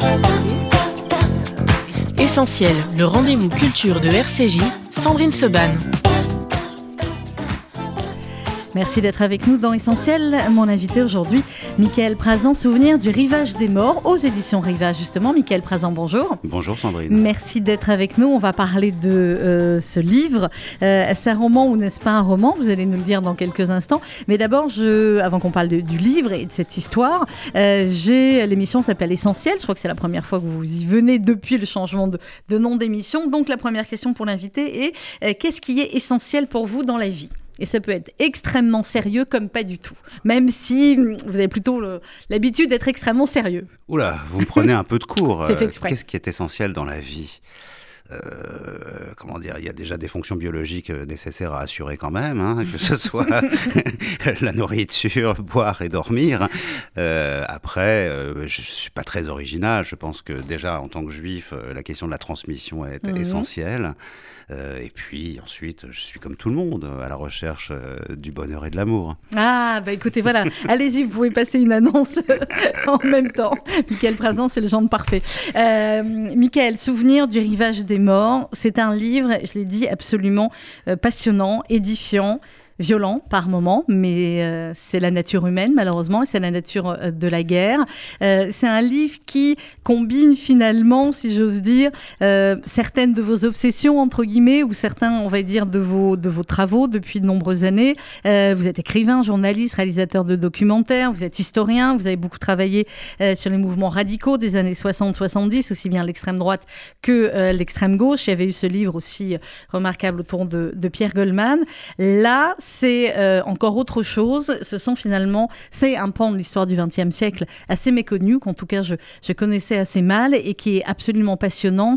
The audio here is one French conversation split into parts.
Essentiel, le rendez-vous culture de RCJ, Sandrine Seban. Merci d'être avec nous dans Essentiel. Mon invité aujourd'hui, Michael Prazan, Souvenir du rivage des morts, aux éditions Rivage justement. Michael Prazan, bonjour. Bonjour Sandrine. Merci d'être avec nous. On va parler de ce livre. C'est un roman ou n'est-ce pas un roman? Vous allez nous le dire dans quelques instants. Mais d'abord, avant qu'on parle du livre et de cette histoire, l'émission s'appelle Essentiel. Je crois que c'est la première fois que vous y venez depuis le changement de nom d'émission. Donc la première question pour l'invité est qu'est-ce qui est essentiel pour vous dans la vie? Et ça peut être extrêmement sérieux comme pas du tout. Même si vous avez plutôt l'habitude d'être extrêmement sérieux. Oula, vous me prenez un peu de cours. C'est fait exprès. Qu'est-ce qui est essentiel dans la vie ? Comment dire, il y a déjà des fonctions biologiques nécessaires à assurer quand même, hein, que ce soit la nourriture, boire et dormir. Après, je ne suis pas très original. Je pense que déjà, en tant que juif, la question de la transmission est essentielle. Et puis ensuite, je suis comme tout le monde, à la recherche du bonheur et de l'amour. Ah, bah écoutez, voilà. Allez-y, vous pouvez passer une annonce en même temps. Michael Prazan, c'est le genre parfait. Michael, Souvenir du rivage des morts, c'est un livre, je l'ai dit, absolument passionnant, édifiant, violent par moments, mais c'est la nature humaine malheureusement, et c'est la nature de la guerre. C'est un livre qui combine finalement, si j'ose dire, certaines de vos obsessions entre guillemets, ou certains, on va dire, de vos travaux depuis de nombreuses années. Vous êtes écrivain, journaliste, réalisateur de documentaires, vous êtes historien, vous avez beaucoup travaillé sur les mouvements radicaux des années 60-70, aussi bien l'extrême droite que l'extrême gauche. Il y avait eu ce livre aussi remarquable autour de Pierre Goldman. Là, c'est encore autre chose. C'est un pan de l'histoire du XXe siècle assez méconnu, qu'en tout cas je connaissais assez mal et qui est absolument passionnant.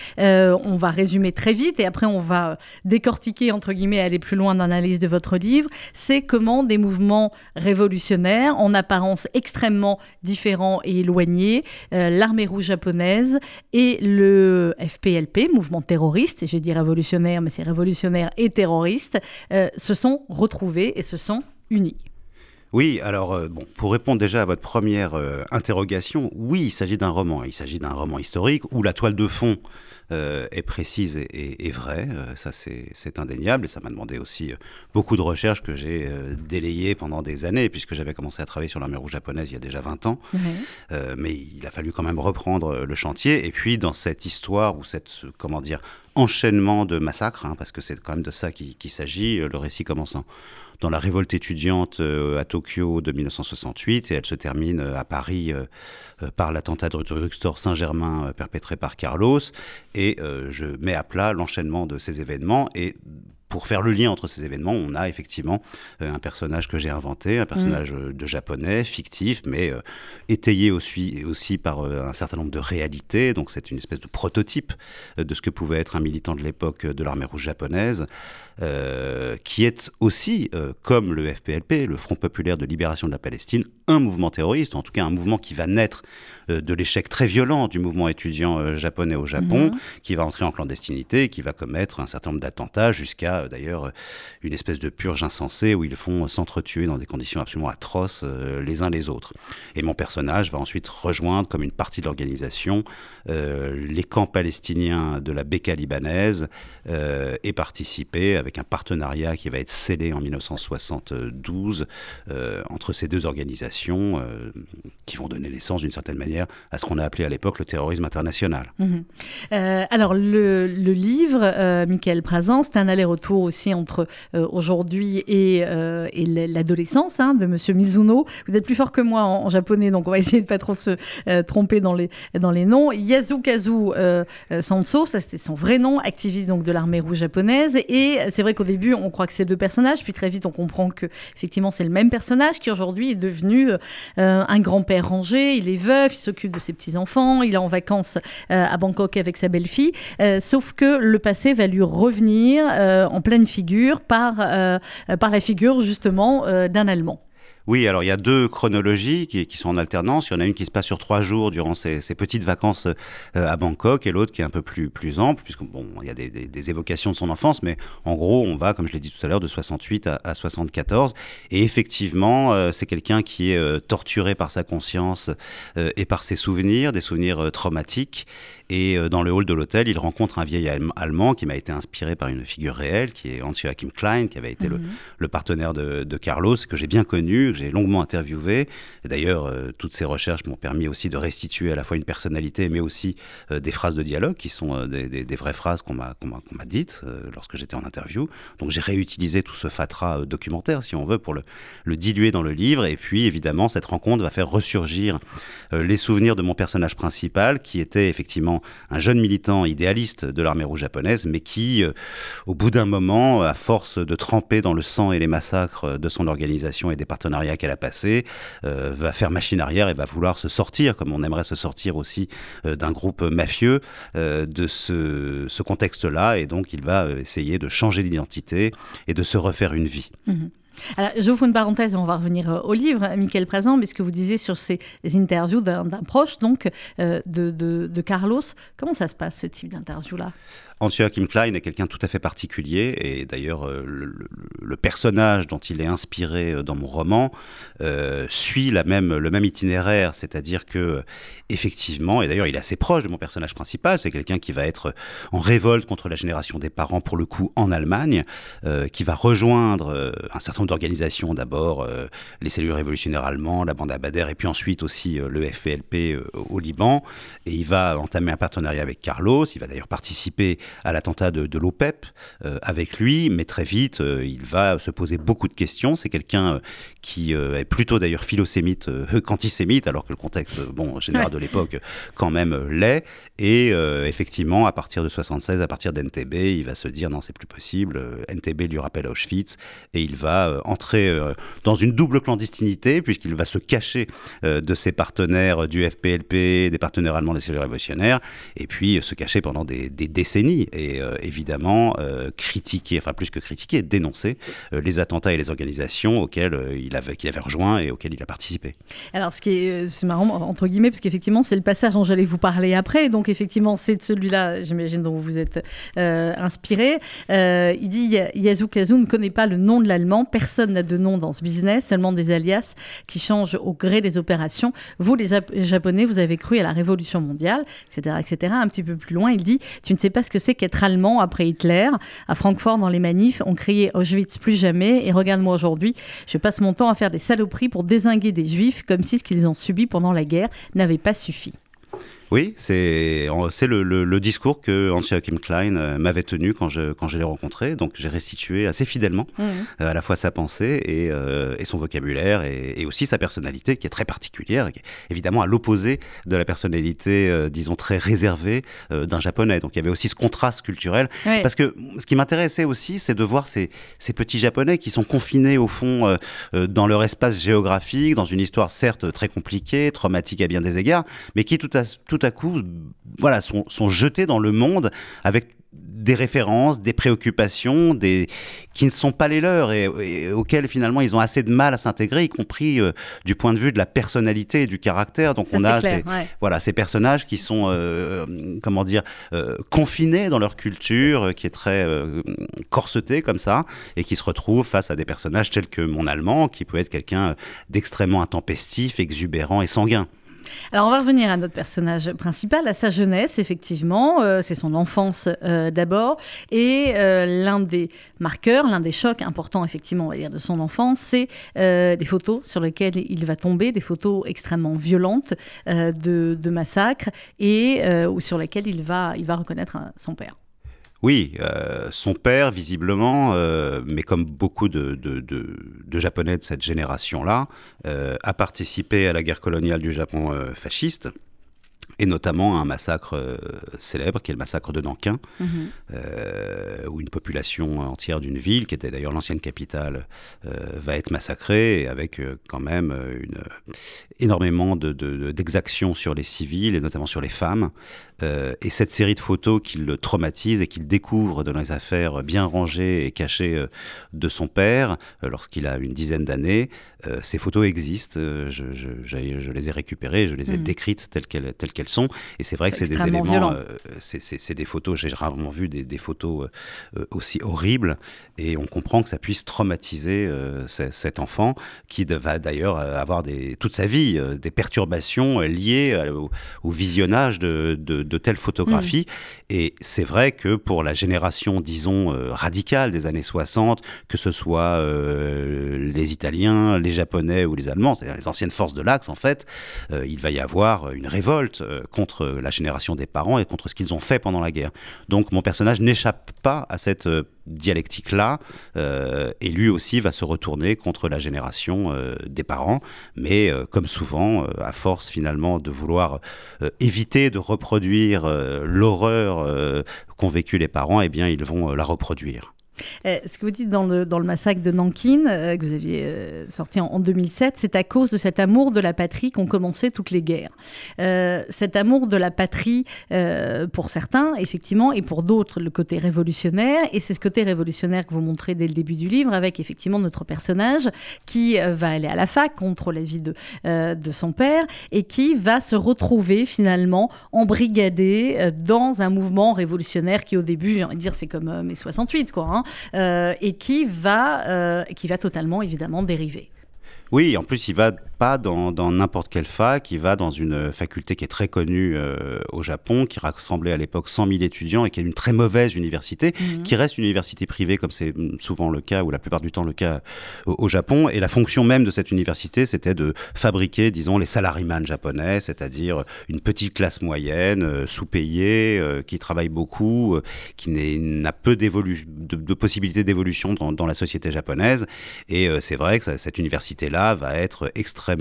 On va résumer très vite et après on va décortiquer, entre guillemets, aller plus loin dans l'analyse de votre livre. C'est comment des mouvements révolutionnaires, en apparence extrêmement différents et éloignés, l'armée rouge japonaise et le FPLP, mouvement terroriste, j'ai dit révolutionnaire, mais c'est révolutionnaire et terroriste, se sont retrouvés et se sont unis. Oui, alors, pour répondre déjà à votre première interrogation, oui, il s'agit d'un roman. Il s'agit d'un roman historique où la toile de fond est précise et vraie. Ça, c'est indéniable. Et ça m'a demandé aussi beaucoup de recherches que j'ai délayées pendant des années, puisque j'avais commencé à travailler sur l'armée rouge japonaise il y a déjà 20 ans. Oui. Mais il a fallu quand même reprendre le chantier. Et puis, dans cette histoire, ou enchaînement de massacres, parce que c'est quand même de ça qu'il s'agit, le récit commençant dans la révolte étudiante à Tokyo de 1968 et elle se termine à Paris par l'attentat de drugstore Saint-Germain perpétré par Carlos, et je mets à plat l'enchaînement de ces événements. Et pour faire le lien entre ces événements, on a effectivement un personnage que j'ai inventé, un personnage de japonais, fictif, mais étayé aussi par un certain nombre de réalités. Donc c'est une espèce de prototype de ce que pouvait être un militant de l'époque de l'armée rouge japonaise, qui est aussi, comme le FPLP, le Front populaire de libération de la Palestine, un mouvement terroriste, en tout cas un mouvement qui va naître de l'échec très violent du mouvement étudiant japonais au Japon, qui va entrer en clandestinité, qui va commettre un certain nombre d'attentats, jusqu'à d'ailleurs une espèce de purge insensée où ils font s'entretuer dans des conditions absolument atroces les uns les autres. Et mon personnage va ensuite rejoindre, comme une partie de l'organisation, les camps palestiniens de la Beka libanaise et participer avec un partenariat qui va être scellé en 1972 entre ces deux organisations qui vont donner naissance d'une certaine manière à ce qu'on a appelé à l'époque le terrorisme international. Alors le livre, Michael Prazan, c'est un aller-retour aussi entre aujourd'hui et l'adolescence de Monsieur Mizuno. Vous êtes plus fort que moi en japonais, donc on va essayer de pas trop se tromper dans les noms. Yasukazu Sanso, ça c'était son vrai nom, activiste donc de l'armée rouge japonaise. Et c'est vrai qu'au début on croit que c'est deux personnages, puis très vite on comprend que effectivement c'est le même personnage qui aujourd'hui est devenu un grand-père rangé. Il est veuf, il s'occupe de ses petits-enfants, il est en vacances à Bangkok avec sa belle-fille, sauf que le passé va lui revenir en pleine figure par la figure justement d'un Allemand. Oui, alors il y a 2 chronologies qui sont en alternance. Il y en a une qui se passe sur 3 jours durant ces petites vacances à Bangkok, et l'autre qui est un peu plus ample, puisque bon, il y a des évocations de son enfance, mais en gros, on va, comme je l'ai dit tout à l'heure, de 68 à 74. Et effectivement, c'est quelqu'un qui est torturé par sa conscience et par ses souvenirs, des souvenirs traumatiques. Et dans le hall de l'hôtel, il rencontre un vieil Allemand qui m'a été inspiré par une figure réelle, qui est Hans-Joachim Klein, qui avait été le partenaire de Carlos, que j'ai bien connu, que j'ai longuement interviewé. Et d'ailleurs, toutes ces recherches m'ont permis aussi de restituer à la fois une personnalité, mais aussi des phrases de dialogue, qui sont des vraies phrases qu'on m'a dites lorsque j'étais en interview. Donc j'ai réutilisé tout ce fatras documentaire, si on veut, pour le diluer dans le livre. Et puis, évidemment, cette rencontre va faire ressurgir les souvenirs de mon personnage principal, qui était effectivement un jeune militant idéaliste de l'armée rouge japonaise, mais qui, au bout d'un moment, à force de tremper dans le sang et les massacres de son organisation et des partenariats qu'elle a passés, va faire machine arrière et va vouloir se sortir, comme on aimerait se sortir aussi d'un groupe mafieux, de ce contexte-là. Et donc, il va essayer de changer d'identité et de se refaire une vie. Alors, j'ouvre une parenthèse et on va revenir au livre, Mickaël Prezant, mais ce que vous disiez sur ces interviews d'un proche donc, de Carlos, comment ça se passe, ce type d'interview-là ? Hans-Joachim Klein est quelqu'un tout à fait particulier, et d'ailleurs le personnage dont il est inspiré dans mon roman suit le même itinéraire, c'est-à-dire que effectivement, et d'ailleurs il est assez proche de mon personnage principal, c'est quelqu'un qui va être en révolte contre la génération des parents, pour le coup en Allemagne, qui va rejoindre un certain nombre d'organisations, d'abord les cellules révolutionnaires allemands, la bande Abadère, et puis ensuite aussi le FPLP au Liban, et il va entamer un partenariat avec Carlos. Il va d'ailleurs participer à l'attentat de l'OPEP avec lui, mais très vite, il va se poser beaucoup de questions. C'est quelqu'un qui est plutôt d'ailleurs philosémite qu'antisémite, alors que le contexte général de l'époque quand même l'est. Et effectivement, à partir de 76, à partir d'NTB, il va se dire non, c'est plus possible. NTB lui rappelle Auschwitz, et il va entrer dans une double clandestinité, puisqu'il va se cacher de ses partenaires du FPLP, des partenaires allemands des cellules révolutionnaires, et puis se cacher pendant des décennies. Et évidemment critiquer, enfin plus que critiquer, dénoncer les attentats et les organisations qu'il avait rejoints et auxquels il a participé. Alors c'est marrant entre guillemets, parce qu'effectivement c'est le passage dont j'allais vous parler après, donc effectivement c'est de celui-là, j'imagine, dont vous vous êtes inspiré. Il dit Yasukazu ne connaît pas le nom de l'allemand, personne n'a de nom dans ce business, seulement des alias qui changent au gré des opérations. Vous les Japonais, vous avez cru à la révolution mondiale, etc., etc. Un petit peu plus loin, il dit tu ne sais pas ce que c'est qu'être allemand après Hitler. À Francfort, dans les manifs, on criait Auschwitz plus jamais, et regarde-moi aujourd'hui, je passe mon temps à faire des saloperies pour dézinguer des juifs, comme si ce qu'ils ont subi pendant la guerre n'avait pas suffi. Oui, c'est le discours que Hans-Joachim Klein m'avait tenu quand je l'ai rencontré. Donc j'ai restitué assez fidèlement à la fois sa pensée et son vocabulaire, et aussi sa personnalité qui est très particulière, qui est évidemment à l'opposé de la personnalité, disons, très réservée d'un Japonais. Donc il y avait aussi ce contraste culturel. Oui. Parce que ce qui m'intéressait aussi, c'est de voir ces petits Japonais qui sont confinés au fond dans leur espace géographique, dans une histoire certes très compliquée, traumatique à bien des égards, mais qui tout à coup, voilà, sont jetés dans le monde avec des références, des préoccupations, qui ne sont pas les leurs, et auxquelles finalement ils ont assez de mal à s'intégrer, y compris du point de vue de la personnalité et du caractère. Donc on a ces personnages qui sont confinés dans leur culture, qui est très corsetée comme ça, et qui se retrouvent face à des personnages tels que mon Allemand, qui peut être quelqu'un d'extrêmement intempestif, exubérant et sanguin. Alors, on va revenir à notre personnage principal, à sa jeunesse, effectivement. C'est son enfance d'abord. Et l'un des marqueurs, l'un des chocs importants, effectivement, on va dire, de son enfance, c'est des photos sur lesquelles il va tomber, des photos extrêmement violentes de massacres, et sur lesquelles il va reconnaître son père. Oui, son père, visiblement, mais comme beaucoup de Japonais de cette génération-là, a participé à la guerre coloniale du Japon fasciste. et notamment un massacre célèbre, qui est le massacre de Nankin, où une population entière d'une ville, qui était d'ailleurs l'ancienne capitale, va être massacrée, avec quand même énormément d'exactions sur les civils, et notamment sur les femmes. Et cette série de photos qui le traumatise et qu'il découvre dans les affaires bien rangées et cachées de son père, lorsqu'il a une dizaine d'années, ces photos existent. Je les ai récupérées, je les ai décrites telles qu'elles sont. Et c'est vrai que c'est des éléments... c'est des photos, j'ai rarement vu des photos aussi horribles. Et on comprend que ça puisse traumatiser cet enfant, qui va d'ailleurs avoir toute sa vie des perturbations liées au visionnage de telles photographies. Et c'est vrai que pour la génération, disons, radicale des années 60, que ce soit les Italiens, les Japonais ou les Allemands, c'est-à-dire les anciennes forces de l'Axe, en fait, il va y avoir une révolte contre la génération des parents et contre ce qu'ils ont fait pendant la guerre. Donc mon personnage n'échappe pas à cette dialectique-là, et lui aussi va se retourner contre la génération des parents, mais comme souvent, à force finalement de vouloir éviter de reproduire l'horreur qu'ont vécu les parents, eh bien ils vont la reproduire. Ce que vous dites dans le massacre de Nankin, que vous aviez sorti en 2007, c'est à cause de cet amour de la patrie qu'ont commencé toutes les guerres. Cet amour de la patrie, pour certains, effectivement, et pour d'autres, le côté révolutionnaire. Et c'est ce côté révolutionnaire que vous montrez dès le début du livre, avec effectivement notre personnage qui va aller à la fac contre l'avis de son père et qui va se retrouver finalement embrigadé dans un mouvement révolutionnaire qui, au début, j'ai envie de dire, c'est comme mai 68, quoi, hein. Et qui va totalement, évidemment, dériver. Oui, en plus, il va pas dans n'importe quelle fac, il va dans une faculté qui est très connue au Japon, qui rassemblait à l'époque 100 000 étudiants et qui est une très mauvaise université, qui reste une université privée, comme c'est souvent le cas, ou la plupart du temps le cas au Japon. Et la fonction même de cette université, c'était de fabriquer, disons, les salaryman japonais, c'est-à-dire une petite classe moyenne, sous-payée, qui travaille beaucoup, qui n'a peu de possibilités d'évolution dans la société japonaise. Et c'est vrai que cette université-là va être extrêmement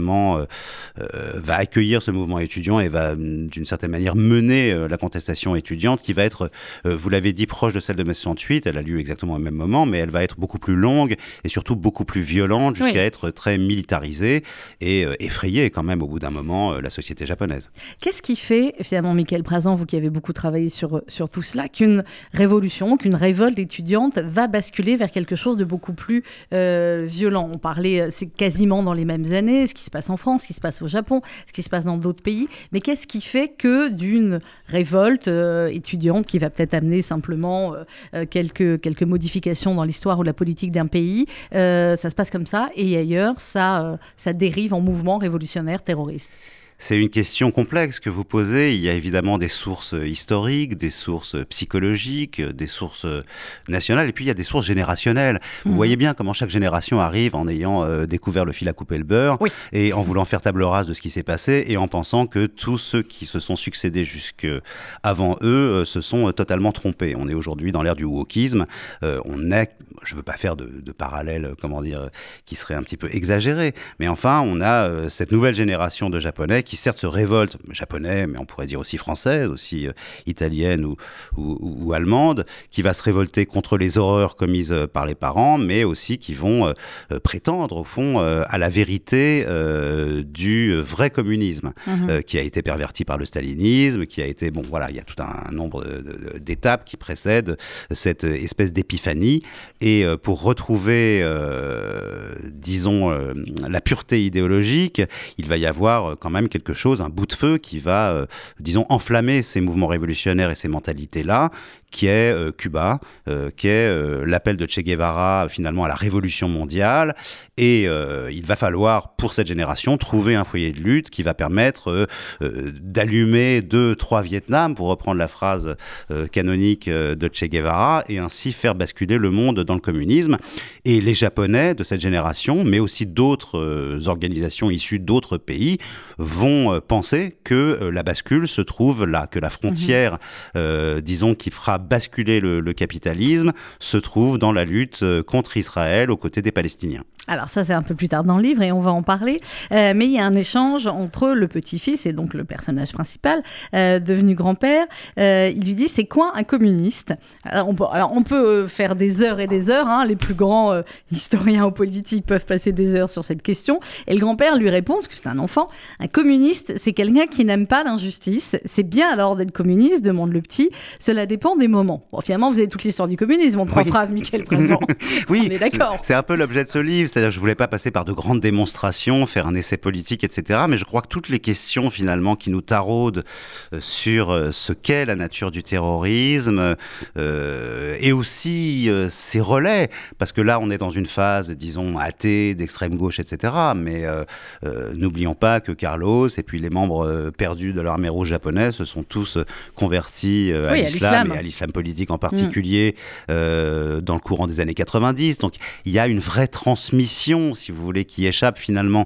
va accueillir ce mouvement étudiant et va d'une certaine manière mener la contestation étudiante, qui va être, vous l'avez dit, proche de celle de mai 68. Elle a lieu exactement au même moment, mais elle va être beaucoup plus longue et surtout beaucoup plus violente, jusqu'à être très militarisée et effrayer quand même au bout d'un moment la société japonaise. Qu'est-ce qui fait, finalement, Michael Prazan, vous qui avez beaucoup travaillé sur tout cela, qu'une révolution, qu'une révolte étudiante va basculer vers quelque chose de beaucoup plus violent? On parlait, c'est quasiment dans les mêmes années, ce qui se passe en France, ce qui se passe au Japon, ce qui se passe dans d'autres pays. Mais qu'est-ce qui fait que d'une révolte étudiante qui va peut-être amener simplement quelques modifications dans l'histoire ou la politique d'un pays, ça se passe comme ça, et ailleurs, ça dérive en mouvement révolutionnaire terroriste? C'est une question complexe que vous posez. Il y a évidemment des sources historiques, des sources psychologiques, des sources nationales, et puis il y a des sources générationnelles. Vous voyez bien comment chaque génération arrive en ayant découvert le fil à couper le beurre, et en voulant faire table rase de ce qui s'est passé, et en pensant que tous ceux qui se sont succédés jusqu'avant eux se sont totalement trompés. On est aujourd'hui dans l'ère du wokisme. Je ne veux pas faire de parallèle, qui serait un petit peu exagéré, mais enfin, on a cette nouvelle génération de Japonais qui certes se révoltent, japonais, mais on pourrait dire aussi française, aussi italienne ou allemande, qui va se révolter contre les horreurs commises par les parents, mais aussi qui vont prétendre, au fond, à la vérité du vrai communisme, qui a été perverti par le stalinisme, qui a été... Bon, voilà, il y a tout un nombre d'étapes qui précèdent cette espèce d'épiphanie, et pour retrouver, disons, la pureté idéologique, il va y avoir quand même quelque chose, un bout de feu qui va, disons, enflammer ces mouvements révolutionnaires et ces mentalités-là, qui est Cuba, qui est l'appel de Che Guevara finalement à la révolution mondiale. Et il va falloir, pour cette génération, trouver un foyer de lutte qui va permettre d'allumer 2-3 Vietnam, pour reprendre la phrase canonique de Che Guevara, et ainsi faire basculer le monde dans le communisme. Et les Japonais de cette génération, mais aussi d'autres organisations issues d'autres pays, vont vont penser que la bascule se trouve là, que la frontière, disons, qui fera basculer le capitalisme, se trouve dans la lutte contre Israël aux côtés des Palestiniens. Alors ça, c'est un peu plus tard dans le livre et on va en parler. Mais il y a un échange entre le petit-fils et donc le personnage principal, devenu grand-père. Il lui dit, c'est quoi un communiste ? Alors on peut faire des heures et des heures. Les plus grands historiens ou politiques peuvent passer des heures sur cette question. Et le grand-père lui répond, parce que c'est un enfant, un communiste, c'est quelqu'un qui n'aime pas l'injustice. C'est bien alors d'être communiste, demande le petit. Cela dépend des moments. Bon, finalement, vous avez toute l'histoire du communisme. On prend phrase, Michael Présent. Oui, on est d'accord. C'est un peu l'objet de ce livre. C'est-à-dire que je ne voulais pas passer par de grandes démonstrations, faire un essai politique, etc. Mais je crois que toutes les questions, finalement, qui nous taraudent sur ce qu'est la nature du terrorisme et aussi ses relais, parce que là, on est dans une phase, disons, athée, d'extrême gauche, etc. Mais n'oublions pas que Carlos et puis les membres perdus de l'armée rouge japonaise se sont tous convertis à l'islam et à l'islam politique en particulier dans le courant des années 90. Donc, il y a une vraie transmission, si vous voulez, qui échappe finalement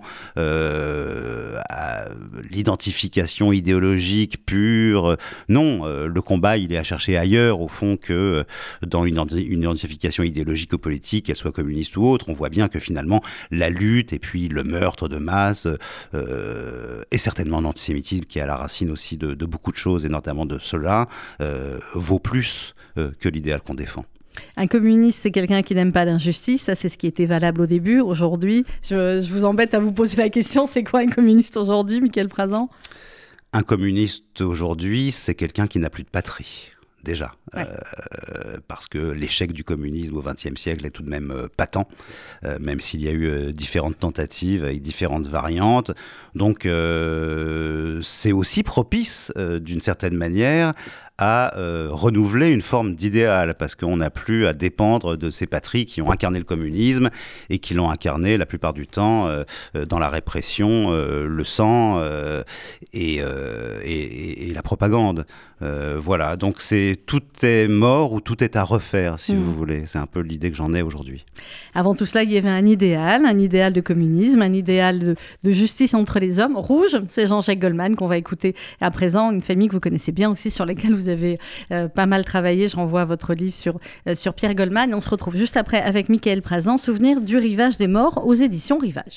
à l'identification idéologique pure. Non, le combat, il est à chercher ailleurs, au fond, que dans une identification idéologique ou politique, qu'elle soit communiste ou autre. On voit bien que finalement, la lutte et puis le meurtre de masse et certainement l'antisémitisme, qui est à la racine aussi de beaucoup de choses, et notamment de cela, vaut plus que l'idéal qu'on défend. Un communiste, c'est quelqu'un qui n'aime pas l'injustice. Ça, c'est ce qui était valable au début. Aujourd'hui, je vous embête à vous poser la question. C'est quoi un communiste aujourd'hui, Michael Présent ? Un communiste aujourd'hui, c'est quelqu'un qui n'a plus de patrie. Déjà, parce que l'échec du communisme au XXe siècle est tout de même patent, même s'il y a eu différentes tentatives avec différentes variantes. Donc, c'est aussi propice, d'une certaine manière, à renouveler une forme d'idéal, parce qu'on n'a plus à dépendre de ces patries qui ont incarné le communisme et qui l'ont incarné la plupart du temps dans la répression, le sang et la propagande. Voilà, donc tout est mort ou tout est à refaire, si vous voulez. C'est un peu l'idée que j'en ai aujourd'hui. Avant tout cela, il y avait un idéal de communisme, un idéal de justice entre les hommes. Rouge, c'est Jean-Jacques Goldman qu'on va écouter à présent, une famille que vous connaissez bien aussi, sur laquelle vous avez pas mal travaillé. Je renvoie à votre livre sur Pierre Goldman. Et on se retrouve juste après avec Michael Présent, Souvenir du Rivage des Morts aux éditions Rivage.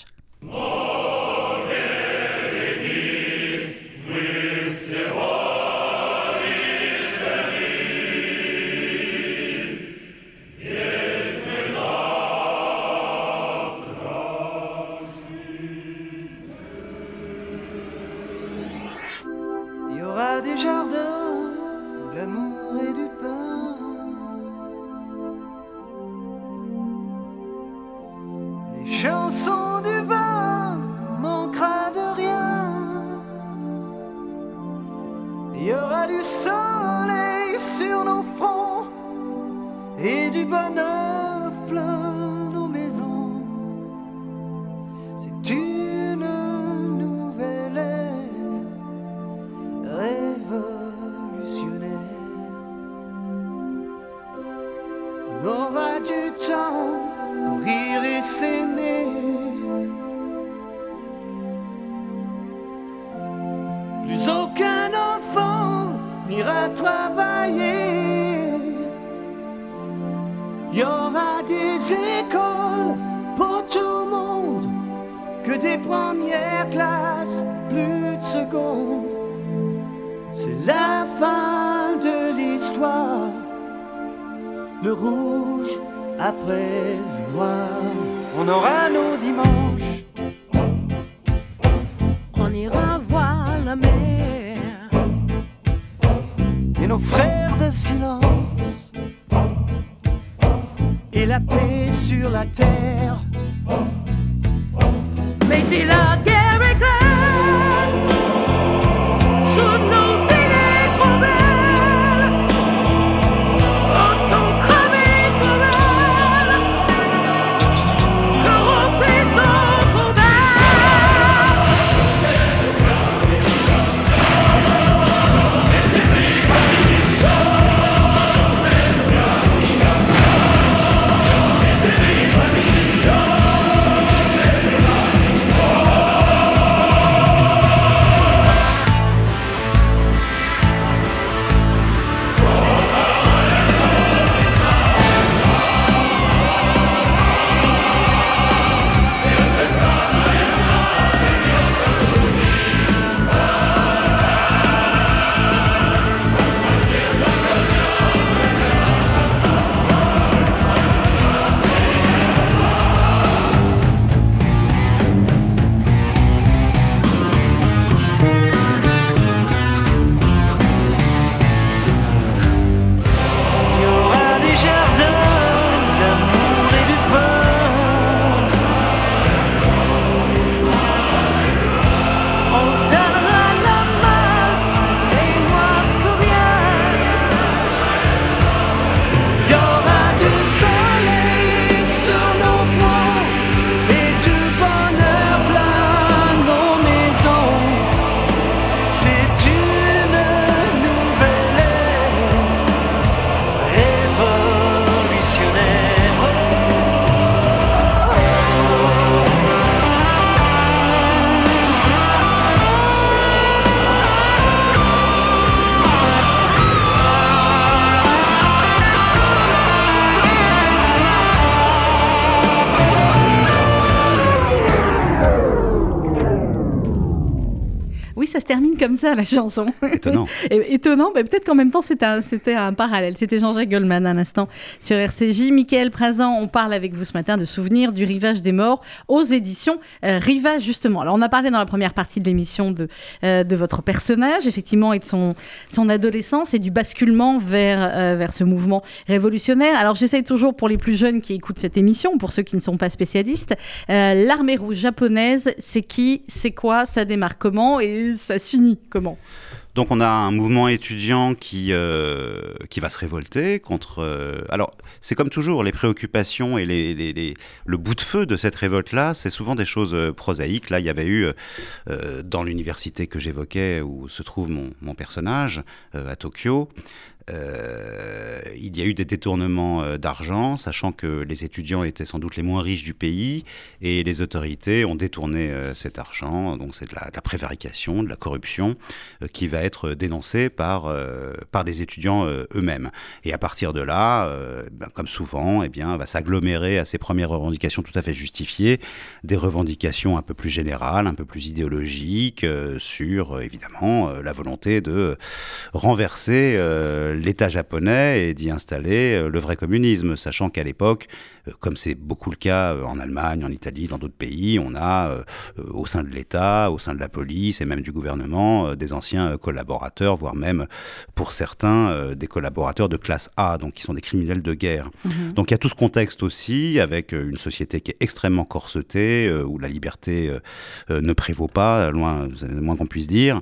Des jardins, de l'amour et du pain, les chansons du vin manquera de rien. Il y aura du soleil sur nos fronts et du bonheur plein nos maisons. C'est une nouvelle ère révolutionnaire. On aura du temps pour rire et s'aimer. Plus aucun enfant n'ira travailler. Il y aura des écoles pour tout le monde, que des premières classes, plus de secondes. C'est la fin de l'histoire, le rouge après le noir. On aura nos dimanches, on ira voir la mer et nos frères de silence et la paix sur la terre. Mais si la guerre éclate sous nos idées trop belles, autant crever pour elle, corrompre son combat. Oui, ça se termine comme ça, la chanson. Étonnant. Étonnant, mais peut-être qu'en même temps, c'était un parallèle. C'était Jean-Jacques Goldman, à l'instant, sur RCJ. Mickaël Prinzan, on parle avec vous ce matin de Souvenirs du Rivage des Morts aux éditions Rivage, justement. Alors, on a parlé dans la première partie de l'émission de votre personnage, effectivement, et de son adolescence et du basculement vers ce mouvement révolutionnaire. Alors, j'essaye toujours, pour les plus jeunes qui écoutent cette émission, pour ceux qui ne sont pas spécialistes, l'armée rouge japonaise, c'est qui, c'est quoi, ça démarre comment et ça s'unit comment? Donc on a un mouvement étudiant qui va se révolter contre... alors c'est comme toujours, les préoccupations et le bout de feu de cette révolte-là, c'est souvent des choses prosaïques. Là, il y avait eu, dans l'université que j'évoquais, où se trouve mon personnage, à Tokyo, il y a eu des détournements d'argent, sachant que les étudiants étaient sans doute les moins riches du pays et les autorités ont détourné cet argent. Donc c'est de la prévarication, de la corruption qui va être dénoncée par les étudiants eux-mêmes. Et à partir de là, comme souvent, va s'agglomérer à ces premières revendications tout à fait justifiées, des revendications un peu plus générales, un peu plus idéologiques sur évidemment la volonté de renverser l'État japonais et d'y installer le vrai communisme, sachant qu'à l'époque, comme c'est beaucoup le cas en Allemagne, en Italie, dans d'autres pays, on a au sein de l'État, au sein de la police et même du gouvernement, des anciens collaborateurs, voire même pour certains des collaborateurs de classe A, donc qui sont des criminels de guerre. Mmh. Donc il y a tout ce contexte aussi, avec une société qui est extrêmement corsetée, où la liberté ne prévaut pas, loin moins qu'on puisse dire.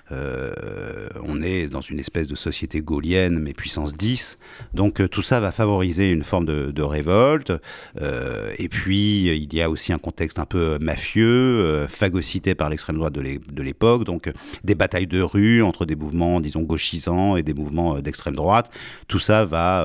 On est dans une espèce de société gaulienne, mais puissance 10. Donc tout ça va favoriser une forme de révolte. Et puis, il y a aussi un contexte un peu mafieux, phagocyté par l'extrême droite de l'époque. Donc des batailles de rue entre des mouvements, disons, gauchisants et des mouvements d'extrême droite. Tout ça va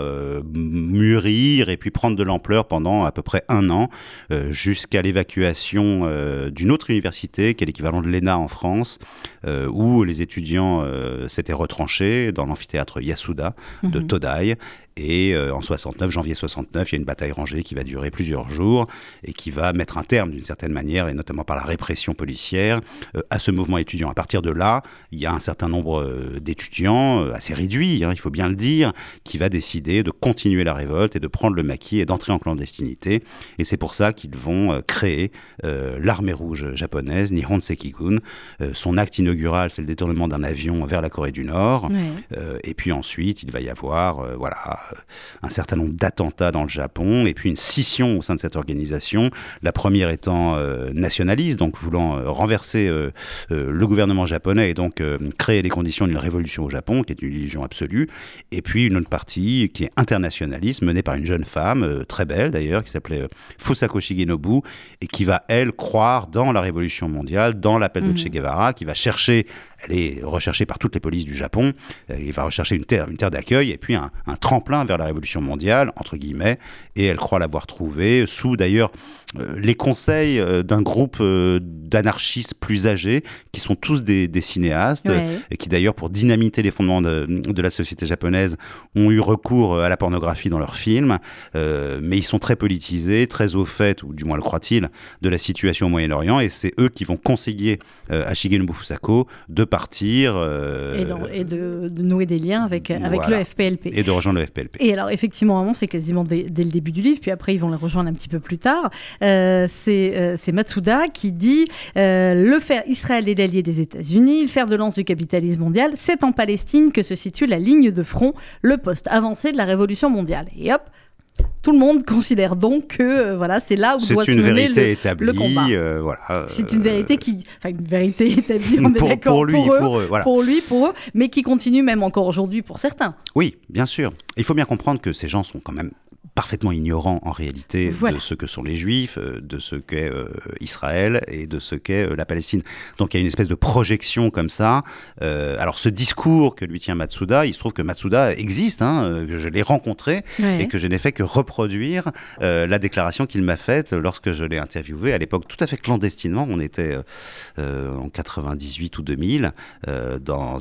mûrir et puis prendre de l'ampleur pendant à peu près 1 an, jusqu'à l'évacuation d'une autre université, qui est l'équivalent de l'ENA en France, où les étudiants s'étaient retranchés dans l'amphithéâtre Yasuda de Todai. Et en janvier 69, il y a une bataille rangée qui va durer plusieurs jours et qui va mettre un terme d'une certaine manière, et notamment par la répression policière, à ce mouvement étudiant. À partir de là, il y a un certain nombre d'étudiants, assez réduits, il faut bien le dire, qui va décider de continuer la révolte et de prendre le maquis et d'entrer en clandestinité. Et c'est pour ça qu'ils vont créer l'armée rouge japonaise, Nihon Sekigun. Son acte inaugural, c'est le détournement d'un avion vers la Corée du Nord. Oui. Et puis ensuite, il va y avoir un certain nombre d'attentats dans le Japon, et puis une scission au sein de cette organisation, la première étant nationaliste, donc voulant renverser le gouvernement japonais et donc créer les conditions d'une révolution au Japon, qui est une illusion absolue, et puis une autre partie qui est internationaliste, menée par une jeune femme, très belle d'ailleurs, qui s'appelait Fusako Shigenobu, et qui va, elle, croire dans la révolution mondiale, dans l'appel de Che Guevara, qui va chercher... Elle est recherchée par toutes les polices du Japon. Il va rechercher une terre d'accueil et puis un tremplin vers la révolution mondiale, entre guillemets. Et elle croit l'avoir trouvé sous, d'ailleurs, les conseils d'un groupe d'anarchistes plus âgés, qui sont tous des cinéastes, et qui, d'ailleurs, pour dynamiter les fondements de la société japonaise, ont eu recours à la pornographie dans leurs films. Mais ils sont très politisés, très au fait, ou du moins le croient-ils, de la situation au Moyen-Orient. Et c'est eux qui vont conseiller à Shigenobu Fusako de partir et de nouer des liens avec le FPLP et de rejoindre le FPLP. Et alors effectivement, c'est quasiment dès le début du livre, puis après ils vont les rejoindre un petit peu plus tard. C'est Matsuda qui dit Israël est l'allié des États-Unis, le fer de lance du capitalisme mondial, c'est en Palestine que se situe la ligne de front, le poste avancé de la révolution mondiale. Et hop, tout le monde considère donc que c'est là où doit se mener le combat. C'est une vérité une vérité établie, on est d'accord, pour eux, pour lui, pour eux, mais qui continue même encore aujourd'hui pour certains. Oui, bien sûr. Il faut bien comprendre que ces gens sont quand même parfaitement ignorants en réalité de ce que sont les Juifs, de ce qu'est Israël et de ce qu'est la Palestine. Donc il y a une espèce de projection comme ça. Alors ce discours que lui tient Matsuda, il se trouve que Matsuda existe, que je l'ai rencontré et que je n'ai fait que reproduire la déclaration qu'il m'a faite lorsque je l'ai interviewé à l'époque tout à fait clandestinement. On était en 98 ou 2000 dans un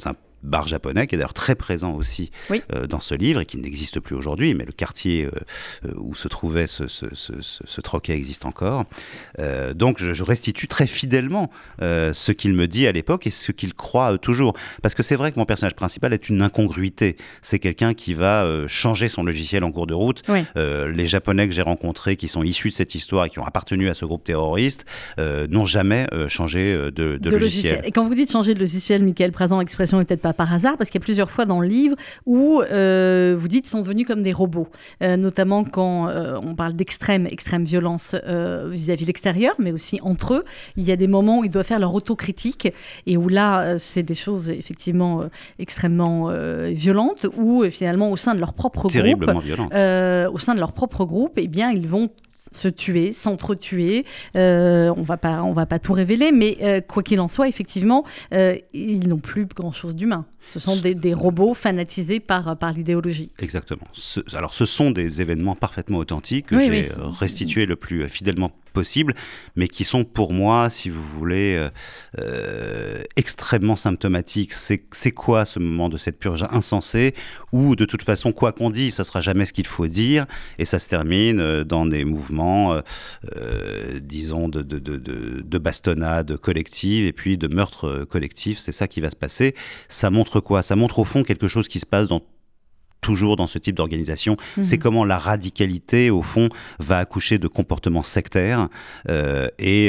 bar japonais, qui est d'ailleurs très présent aussi dans ce livre et qui n'existe plus aujourd'hui, mais le quartier où se trouvait ce troquet existe encore. Donc je restitue très fidèlement ce qu'il me dit à l'époque et ce qu'il croit toujours. Parce que c'est vrai que mon personnage principal est une incongruité. C'est quelqu'un qui va changer son logiciel en cours de route. Oui. Les Japonais que j'ai rencontrés, qui sont issus de cette histoire et qui ont appartenu à ce groupe terroriste, n'ont jamais changé de logiciel. Et quand vous dites changer de logiciel, Michael Prazan, l'expression n'est peut-être pas par hasard, parce qu'il y a plusieurs fois dans le livre où vous dites qu'ils sont devenus comme des robots, notamment quand on parle d'extrême violence vis-à-vis de l'extérieur, mais aussi entre eux. Il y a des moments où ils doivent faire leur autocritique et où là, c'est des choses effectivement extrêmement violentes, où finalement au sein de leur propre terriblement violentes. Au sein de leur propre groupe, eh bien, ils vont se tuer, s'entretuer. On va pas tout révéler, mais quoi qu'il en soit, effectivement, ils n'ont plus grand-chose d'humain. Ce sont des robots fanatisés par l'idéologie. Exactement. Alors, ce sont des événements parfaitement authentiques que j'ai restitués le plus fidèlement possible, mais qui sont pour moi, si vous voulez, extrêmement symptomatiques. C'est quoi ce moment de cette purge insensée où, de toute façon, quoi qu'on dise, ça ne sera jamais ce qu'il faut dire, et ça se termine dans des mouvements, disons, de bastonnade collective et puis de meurtre collectif. C'est ça qui va se passer. Ça montre quoi ? Ça montre au fond quelque chose qui se passe toujours dans ce type d'organisation, c'est comment la radicalité, au fond, va accoucher de comportements sectaires et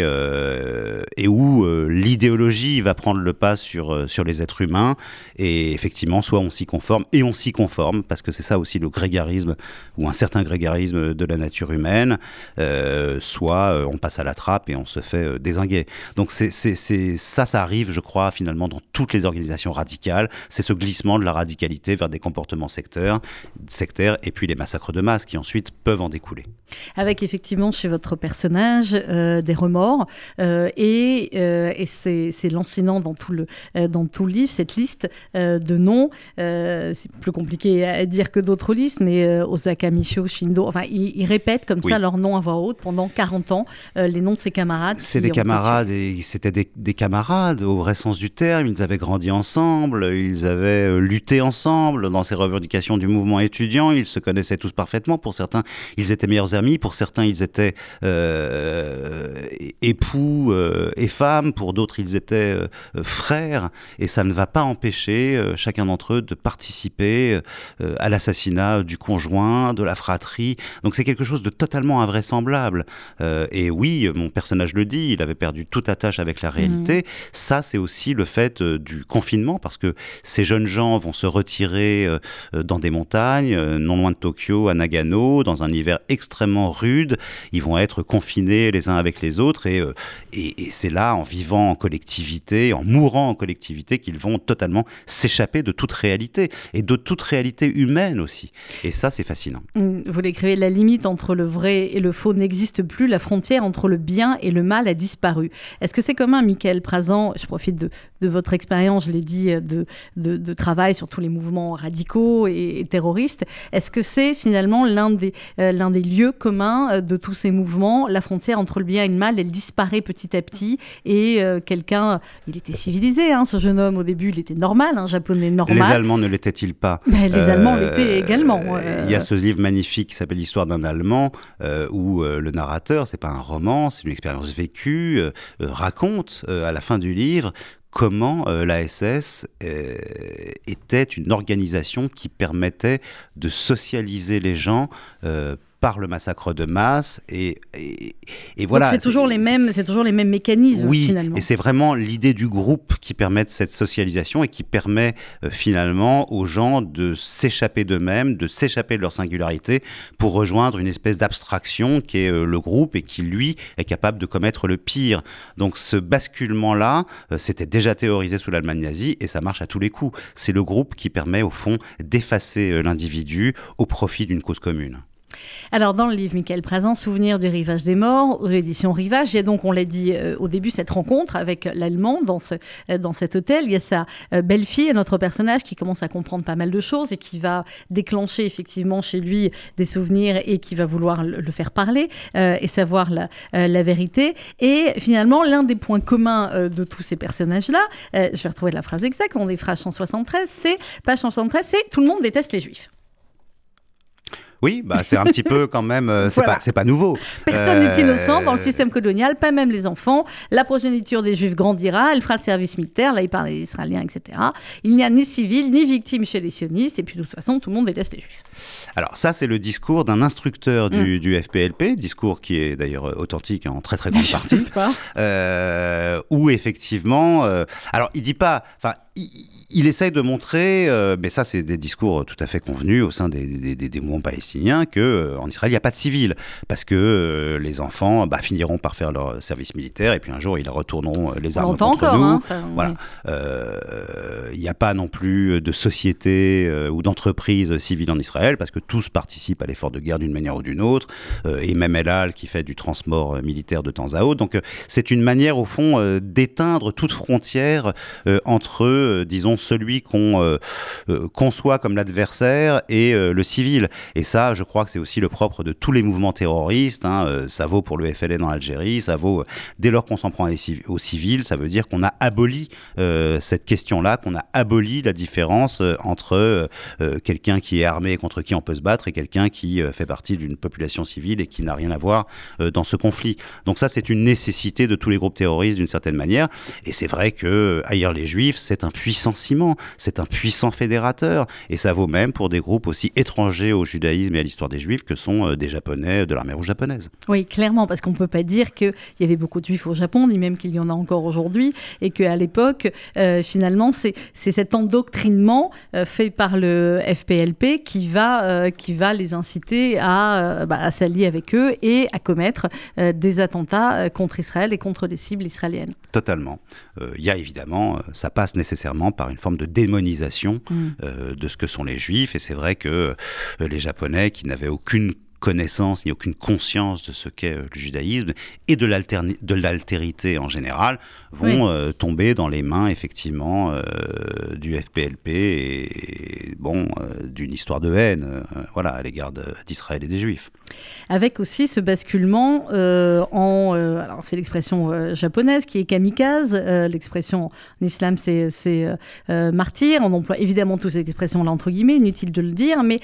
où l'idéologie va prendre le pas sur les êtres humains. Et effectivement, soit on s'y conforme, et on s'y conforme, parce que c'est ça aussi le grégarisme, ou un certain grégarisme de la nature humaine, soit on passe à la trappe et on se fait dézinguer. Donc ça arrive, je crois, finalement, dans toutes les organisations radicales. C'est ce glissement de la radicalité vers des comportements sectaires, et puis les massacres de masse qui ensuite peuvent en découler. Avec effectivement chez votre personnage des remords et c'est lancinant dans tout le livre, cette liste de noms. C'est plus compliqué à dire que d'autres listes, mais Osaka, Michio, Shindo, enfin ils répètent comme ça leurs noms à voix haute pendant 40 ans, les noms de ses camarades. C'est des camarades, et c'était des camarades au vrai sens du terme. Ils avaient grandi ensemble, ils avaient lutté ensemble dans ces revendications du mouvement étudiant, ils se connaissaient tous parfaitement. Pour certains, ils étaient meilleurs amis, pour certains, ils étaient époux et femmes, pour d'autres, ils étaient frères, et ça ne va pas empêcher chacun d'entre eux de participer à l'assassinat du conjoint, de la fratrie. Donc c'est quelque chose de totalement invraisemblable. Et oui, mon personnage le dit, il avait perdu toute attache avec la réalité. Ça, c'est aussi le fait du confinement, parce que ces jeunes gens vont se retirer dans des montagnes, non loin de Tokyo, à Nagano, dans un hiver extrêmement rude. Ils vont être confinés les uns avec les autres, et c'est là, en vivant en collectivité, en mourant en collectivité, qu'ils vont totalement s'échapper de toute réalité, et de toute réalité humaine aussi. Et ça, c'est fascinant. Vous l'écrivez, la limite entre le vrai et le faux n'existe plus, la frontière entre le bien et le mal a disparu. Est-ce que c'est commun, Michael Prazan, je profite de votre expérience, je l'ai dit, de travail sur tous les mouvements radicaux et terroristes, est-ce que c'est finalement l'un des lieux communs de tous ces mouvements, la frontière entre le bien et le mal, elle disparaît petit à petit, et quelqu'un, il était civilisé, ce jeune homme au début, il était normal, un japonais normal. Les Allemands ne l'étaient-ils pas? Mais les Allemands l'étaient également. Il y a ce livre magnifique qui s'appelle L'histoire d'un Allemand, où le narrateur, c'est pas un roman, c'est une expérience vécue, raconte à la fin du livre comment l'ASS était une organisation qui permettait de socialiser les gens par le massacre de masse, et voilà. Donc c'est toujours les mêmes mécanismes, oui, finalement. Et c'est vraiment l'idée du groupe qui permet cette socialisation et qui permet finalement aux gens de s'échapper d'eux-mêmes, de s'échapper de leur singularité pour rejoindre une espèce d'abstraction qui est le groupe, et qui, lui, est capable de commettre le pire. Donc ce basculement-là, c'était déjà théorisé sous l'Allemagne nazie, et ça marche à tous les coups. C'est le groupe qui permet, au fond, d'effacer l'individu au profit d'une cause commune. Alors, dans le livre, Michael Prazan, Souvenir du rivage des morts, aux éditions Rivage, il y a donc, on l'a dit au début, cette rencontre avec l'Allemand dans cet hôtel. Il y a sa belle-fille, notre personnage, qui commence à comprendre pas mal de choses et qui va déclencher effectivement chez lui des souvenirs et qui va vouloir le faire parler et savoir la vérité. Et finalement, l'un des points communs de tous ces personnages-là, je vais retrouver la phrase exacte, on est page 173, page 173, c'est « Tout le monde déteste les Juifs ». Oui, c'est un petit peu quand même, c'est pas nouveau. Personne n'est innocent dans le système colonial, pas même les enfants. La progéniture des Juifs grandira, elle fera le service militaire, là il parle des Israéliens, etc. Il n'y a ni civils, ni victimes chez les sionistes, et puis de toute façon, tout le monde déteste les Juifs. Alors ça, c'est le discours d'un instructeur du FPLP, discours qui est d'ailleurs authentique en très très grande partie, où effectivement, alors il dit pas, enfin il essaye de montrer, mais ça c'est des discours tout à fait convenus au sein des mouvements palestiniens, qu'en Israël il n'y a pas de civils, parce que les enfants finiront par faire leur service militaire, et puis un jour ils retourneront les armes contre nous. Voilà. Il n'y a pas non plus de société ou d'entreprise civile en Israël, parce que tous participent à l'effort de guerre d'une manière ou d'une autre, et même El Al qui fait du transport militaire de temps à autre. Donc c'est une manière au fond d'éteindre toute frontière entre, disons, celui qu'on conçoit comme l'adversaire et le civil. Et ça, je crois que c'est aussi le propre de tous les mouvements terroristes. Ça vaut pour le FLN en Algérie, ça vaut dès lors qu'on s'en prend aux civils, ça veut dire qu'on a aboli cette question-là, qu'on a aboli la différence entre quelqu'un qui est armé et contre qui on peut se battre et quelqu'un qui fait partie d'une population civile et qui n'a rien à voir dans ce conflit. Donc ça, c'est une nécessité de tous les groupes terroristes d'une certaine manière. Et c'est vrai que haïr les Juifs, c'est un puissant ciment, c'est un puissant fédérateur. Et ça vaut même pour des groupes aussi étrangers au judaïsme et à l'histoire des Juifs que sont des Japonais de l'armée rouge japonaise. Oui, clairement, parce qu'on ne peut pas dire qu'il y avait beaucoup de Juifs au Japon, ni même qu'il y en a encore aujourd'hui, et qu'à l'époque, finalement, c'est cet endoctrinement fait par le FPLP qui va les inciter à s'allier avec eux et à commettre des attentats contre Israël et contre des cibles israéliennes. Totalement. Il y a évidemment, ça passe nécessairement par une forme de démonisation de ce que sont les Juifs, et c'est vrai que les Japonais qui n'avaient aucune connaissance ni aucune conscience de ce qu'est le judaïsme et de l'altérité en général vont tomber dans les mains effectivement du FPLP et d'une histoire de haine à l'égard d'Israël et des Juifs. Avec aussi ce basculement alors c'est l'expression japonaise qui est kamikaze, l'expression en islam c'est martyr, on emploie évidemment toutes ces expressions-là entre guillemets, inutile de le dire, mais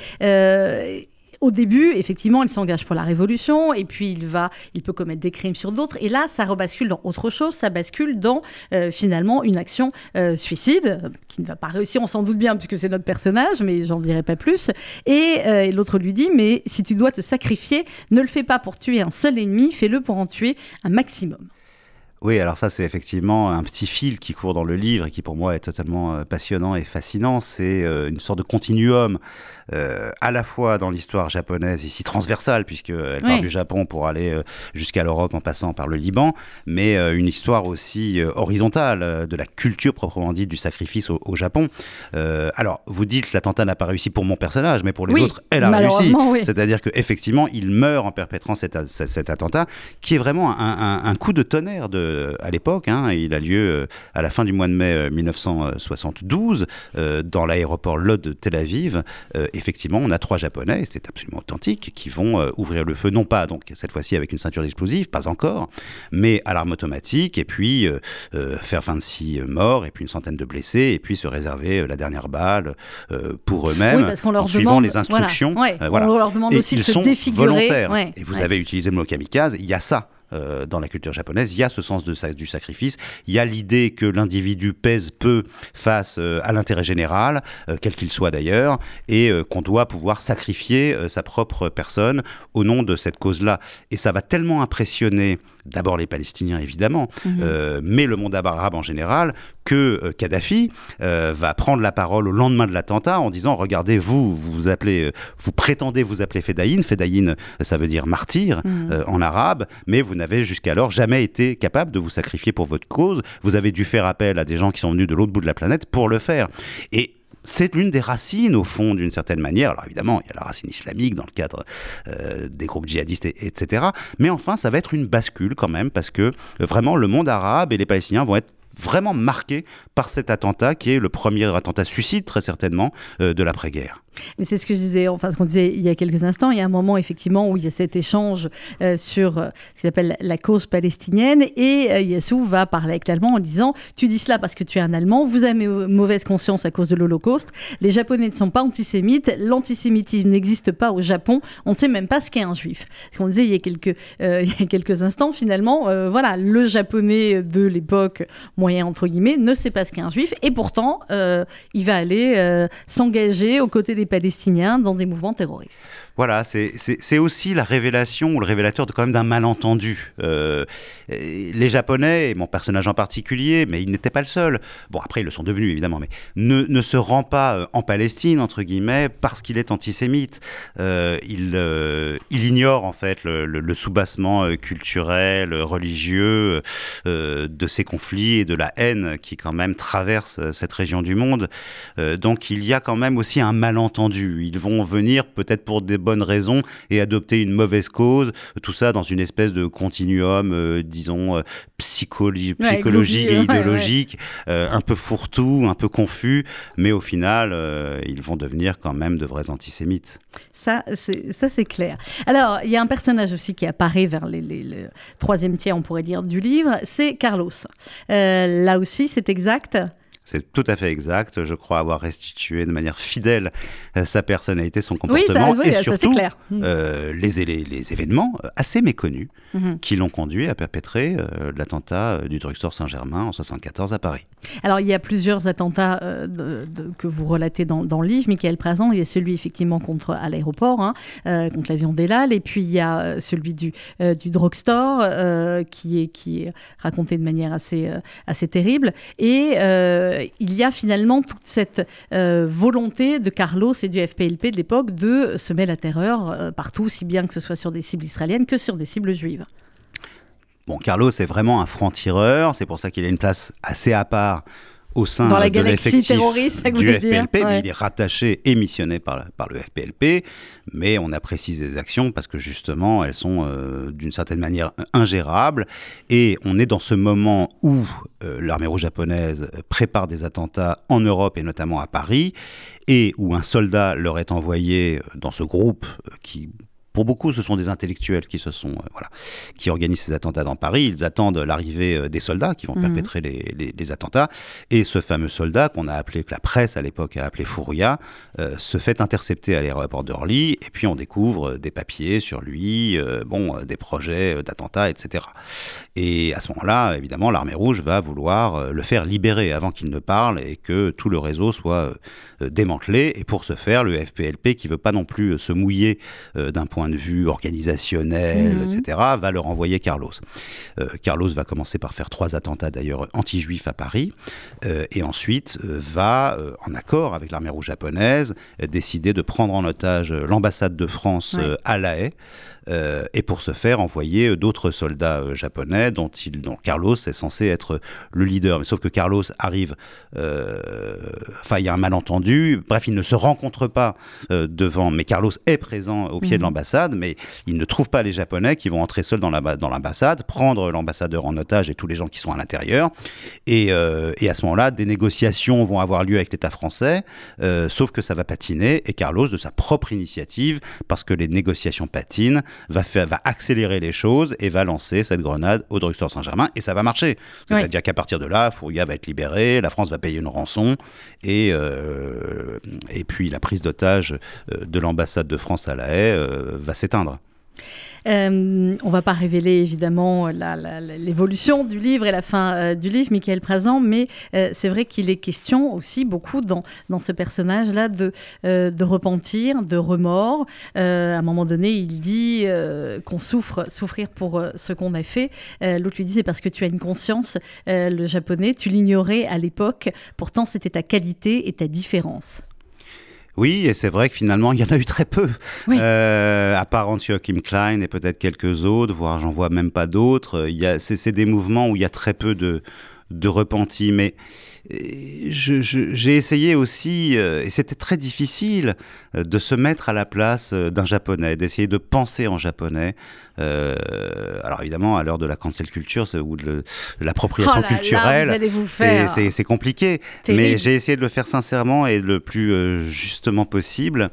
au début, effectivement, il s'engage pour la révolution et puis il peut commettre des crimes sur d'autres. Et là, ça rebascule dans autre chose. Ça bascule dans, finalement, une action suicide qui ne va pas réussir, on s'en doute bien, puisque c'est notre personnage, mais j'en dirai pas plus. Et l'autre lui dit, mais si tu dois te sacrifier, ne le fais pas pour tuer un seul ennemi, fais-le pour en tuer un maximum. Oui, alors ça, c'est effectivement un petit fil qui court dans le livre et qui, pour moi, est totalement passionnant et fascinant. C'est une sorte de continuum, à la fois dans l'histoire japonaise, ici transversale, puisqu'elle part du Japon pour aller jusqu'à l'Europe en passant par le Liban, mais une histoire aussi horizontale de la culture proprement dite du sacrifice au Japon. Alors, vous dites l'attentat n'a pas réussi pour mon personnage, mais pour les autres, elle a réussi. Oui. C'est-à-dire qu'effectivement, il meurt en perpétrant cet attentat, qui est vraiment un coup de tonnerre à l'époque. Il a lieu à la fin du mois de mai 1972 dans l'aéroport Lod de Tel Aviv. Effectivement, on a 3 Japonais, et c'est absolument authentique, qui vont ouvrir le feu, non pas donc cette fois-ci avec une ceinture d'explosifs, pas encore, mais à l'arme automatique, et puis faire 26 morts, et puis une centaine de blessés, et puis se réserver la dernière balle pour eux-mêmes, en suivant les instructions. On leur demande aussi de se défigurer. Volontaires. Et vous avez utilisé le mot kamikaze, il y a ça. Dans la culture japonaise, il y a ce sens du sacrifice, il y a l'idée que l'individu pèse peu face à l'intérêt général, quel qu'il soit d'ailleurs, et qu'on doit pouvoir sacrifier sa propre personne au nom de cette cause-là. Et ça va tellement impressionner d'abord les Palestiniens évidemment, mais le monde arabe en général, que Kadhafi va prendre la parole au lendemain de l'attentat en disant, regardez, vous prétendez vous appeler Fedaïn, ça veut dire martyr en arabe, mais vous n'avez jusqu'alors jamais été capable de vous sacrifier pour votre cause, vous avez dû faire appel à des gens qui sont venus de l'autre bout de la planète pour le faire. Et c'est l'une des racines, au fond, d'une certaine manière. Alors évidemment, il y a la racine islamique dans le cadre des groupes djihadistes, etc. Mais enfin, ça va être une bascule quand même, parce que vraiment, le monde arabe et les Palestiniens vont être vraiment marqués par cet attentat, qui est le premier attentat suicide, très certainement, de l'après-guerre. Mais c'est ce que je disais, enfin ce qu'on disait il y a quelques instants. Il y a un moment effectivement où il y a cet échange sur ce qu'il appelle la cause palestinienne, et Yassou va parler avec l'Allemand en disant « Tu dis cela parce que tu es un Allemand, vous avez mauvaise conscience à cause de l'Holocauste, les Japonais ne sont pas antisémites, l'antisémitisme n'existe pas au Japon, on ne sait même pas ce qu'est un juif. » Ce qu'on disait il y a quelques instants, finalement, voilà, le Japonais de l'époque moyen entre guillemets ne sait pas ce qu'est un juif, et pourtant il va aller s'engager aux côtés des Palestiniens dans des mouvements terroristes. Voilà, c'est aussi la révélation ou le révélateur quand même d'un malentendu. Les Japonais, et mon personnage en particulier, mais il n'était pas le seul, bon après ils le sont devenus évidemment, mais ne se rend pas en Palestine, entre guillemets, parce qu'il est antisémite. Il ignore en fait le soubassement culturel, religieux de ces conflits et de la haine qui quand même traverse cette région du monde. Donc il y a quand même aussi un malentendu. Ils vont venir peut-être pour des bonnes raisons et adopter une mauvaise cause, tout ça dans une espèce de continuum, disons, psychologique et idéologique, un peu fourre-tout, un peu confus, mais au final, ils vont devenir quand même de vrais antisémites. Ça, c'est clair. Alors, il y a un personnage aussi qui apparaît vers le troisième tiers, on pourrait dire, du livre, c'est Carlos. Là aussi, c'est exact ? C'est tout à fait exact. Je crois avoir restitué de manière fidèle sa personnalité, son comportement, et surtout les événements assez méconnus qui l'ont conduit à perpétrer l'attentat du drugstore Saint-Germain en 1974 à Paris. Alors, il y a plusieurs attentats que vous relatez dans le livre, Michael Prasant. Il y a celui effectivement à l'aéroport, contre l'avion d'El Al, et puis il y a celui du drugstore qui est raconté de manière assez terrible. Et il y a finalement toute cette volonté de Carlos et du FPLP de l'époque de semer la terreur partout, si bien que ce soit sur des cibles israéliennes que sur des cibles juives. Bon, Carlos est vraiment un franc-tireur, c'est pour ça qu'il a une place assez à part au sein dans la de galaxie terroriste du FPLP, mais il est rattaché et missionné par le FPLP, mais on apprécie ses actions parce que justement elles sont d'une certaine manière ingérables, et on est dans ce moment où l'armée rouge japonaise prépare des attentats en Europe et notamment à Paris, et où un soldat leur est envoyé dans ce groupe qui... Pour beaucoup, ce sont des intellectuels qui organisent ces attentats dans Paris. Ils attendent l'arrivée des soldats qui vont perpétrer les attentats. Et ce fameux soldat que la presse à l'époque a appelé Fouria, se fait intercepter à l'aéroport d'Orly. Et puis on découvre des papiers sur lui, des projets d'attentats, etc. Et à ce moment-là, évidemment, l'armée rouge va vouloir le faire libérer avant qu'il ne parle et que tout le réseau soit démantelé. Et pour ce faire, le FPLP, qui ne veut pas non plus se mouiller d'un point de vue organisationnel, etc., va leur envoyer Carlos. Carlos va commencer par faire 3 attentats d'ailleurs anti-juifs à Paris, et ensuite va, en accord avec l'armée rouge japonaise, décider de prendre en otage l'ambassade de France à La Haye, et pour ce faire envoyer d'autres soldats japonais dont Carlos est censé être le leader. Mais sauf que Carlos arrive, il y a un malentendu, bref, ils ne se rencontrent pas devant, mais Carlos est présent au pied de l'ambassade, mais il ne trouve pas les Japonais qui vont entrer seuls dans l'ambassade, prendre l'ambassadeur en otage et tous les gens qui sont à l'intérieur, et à ce moment-là, des négociations vont avoir lieu avec l'État français, sauf que ça va patiner, et Carlos, de sa propre initiative, parce que les négociations patinent, va accélérer les choses et va lancer cette grenade au drugstore Saint-Germain, et ça va marcher. C'est-à-dire qu'à partir de là, Fouria va être libéré, la France va payer une rançon, et puis la prise d'otage de l'ambassade de France à La Haye va s'éteindre. On ne va pas révéler évidemment l'évolution du livre et la fin du livre, Michael Prasant, mais c'est vrai qu'il est question aussi beaucoup dans ce personnage-là de repentir, de remords. À un moment donné, il dit qu'on souffrir pour ce qu'on a fait. L'autre lui dit c'est parce que tu as une conscience, le japonais, tu l'ignorais à l'époque, pourtant c'était ta qualité et ta différence. Oui, et c'est vrai que finalement, il y en a eu très peu. Oui. À part Hans-Joachim Klein et peut-être quelques autres, voire j'en vois même pas d'autres. C'est des mouvements où il y a très peu de repentis. Mais j'ai essayé aussi, et c'était très difficile, de se mettre à la place d'un Japonais, d'essayer de penser en japonais. Alors évidemment, à l'heure de la cancel culture ou de l'appropriation culturelle, c'est compliqué. Terrible. Mais j'ai essayé de le faire sincèrement et le plus justement possible.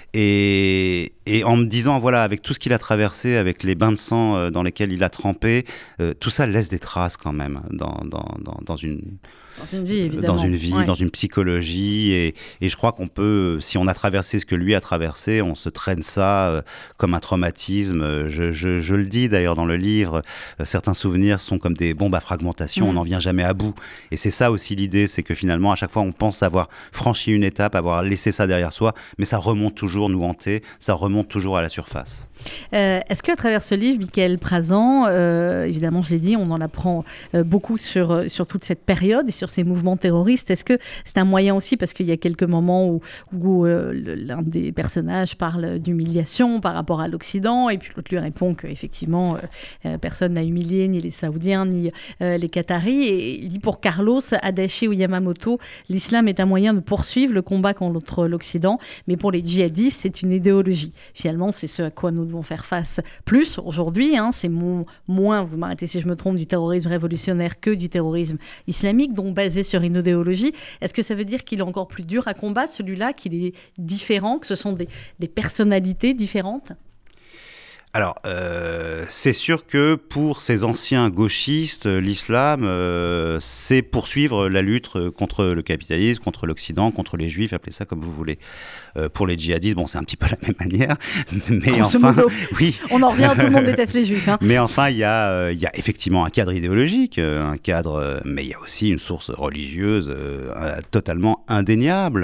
Et en me disant, voilà, avec tout ce qu'il a traversé, avec les bains de sang dans lesquels il a trempé, tout ça laisse des traces quand même dans une vie, évidemment. Dans une vie, dans une psychologie. Et je crois qu'on peut, si on a traversé ce que lui a traversé, on se traîne ça comme un traumatisme. Je le dis d'ailleurs dans le livre, certains souvenirs sont comme des bombes à fragmentation, on n'en vient jamais à bout. Et c'est ça aussi l'idée, c'est que finalement, à chaque fois, on pense avoir franchi une étape, avoir laissé ça derrière soi, mais ça remonte toujours nous hanter, ça remonte toujours à la surface. Est-ce qu'à travers ce livre, Michael Prazan, évidemment, je l'ai dit, on en apprend beaucoup sur toute cette période et sur ces mouvements terroristes. Est-ce que c'est un moyen aussi, parce qu'il y a quelques moments où l'un des personnages parle d'humiliation par rapport à l'Occident, et puis l'autre lui répond qu'effectivement, personne n'a humilié ni les Saoudiens ni les Qataris. Et il dit pour Carlos Adachi ou Yamamoto, l'islam est un moyen de poursuivre le combat contre l'Occident, mais pour les djihadistes, c'est une idéologie. Finalement, c'est ce à quoi nous devons faire face plus aujourd'hui. C'est moins, vous m'arrêtez si je me trompe, du terrorisme révolutionnaire que du terrorisme islamique, donc basé sur une idéologie. Est-ce que ça veut dire qu'il est encore plus dur à combattre, celui-là, qu'il est différent, que ce sont des personnalités différentes ? Alors, c'est sûr que pour ces anciens gauchistes, l'islam, c'est poursuivre la lutte contre le capitalisme, contre l'Occident, contre les Juifs, appelez ça comme vous voulez. Pour les djihadistes, bon, c'est un petit peu la même manière, mais enfin, oui. On en revient, tout le monde déteste les Juifs. Mais enfin, il y a effectivement un cadre idéologique, mais il y a aussi une source religieuse totalement indéniable.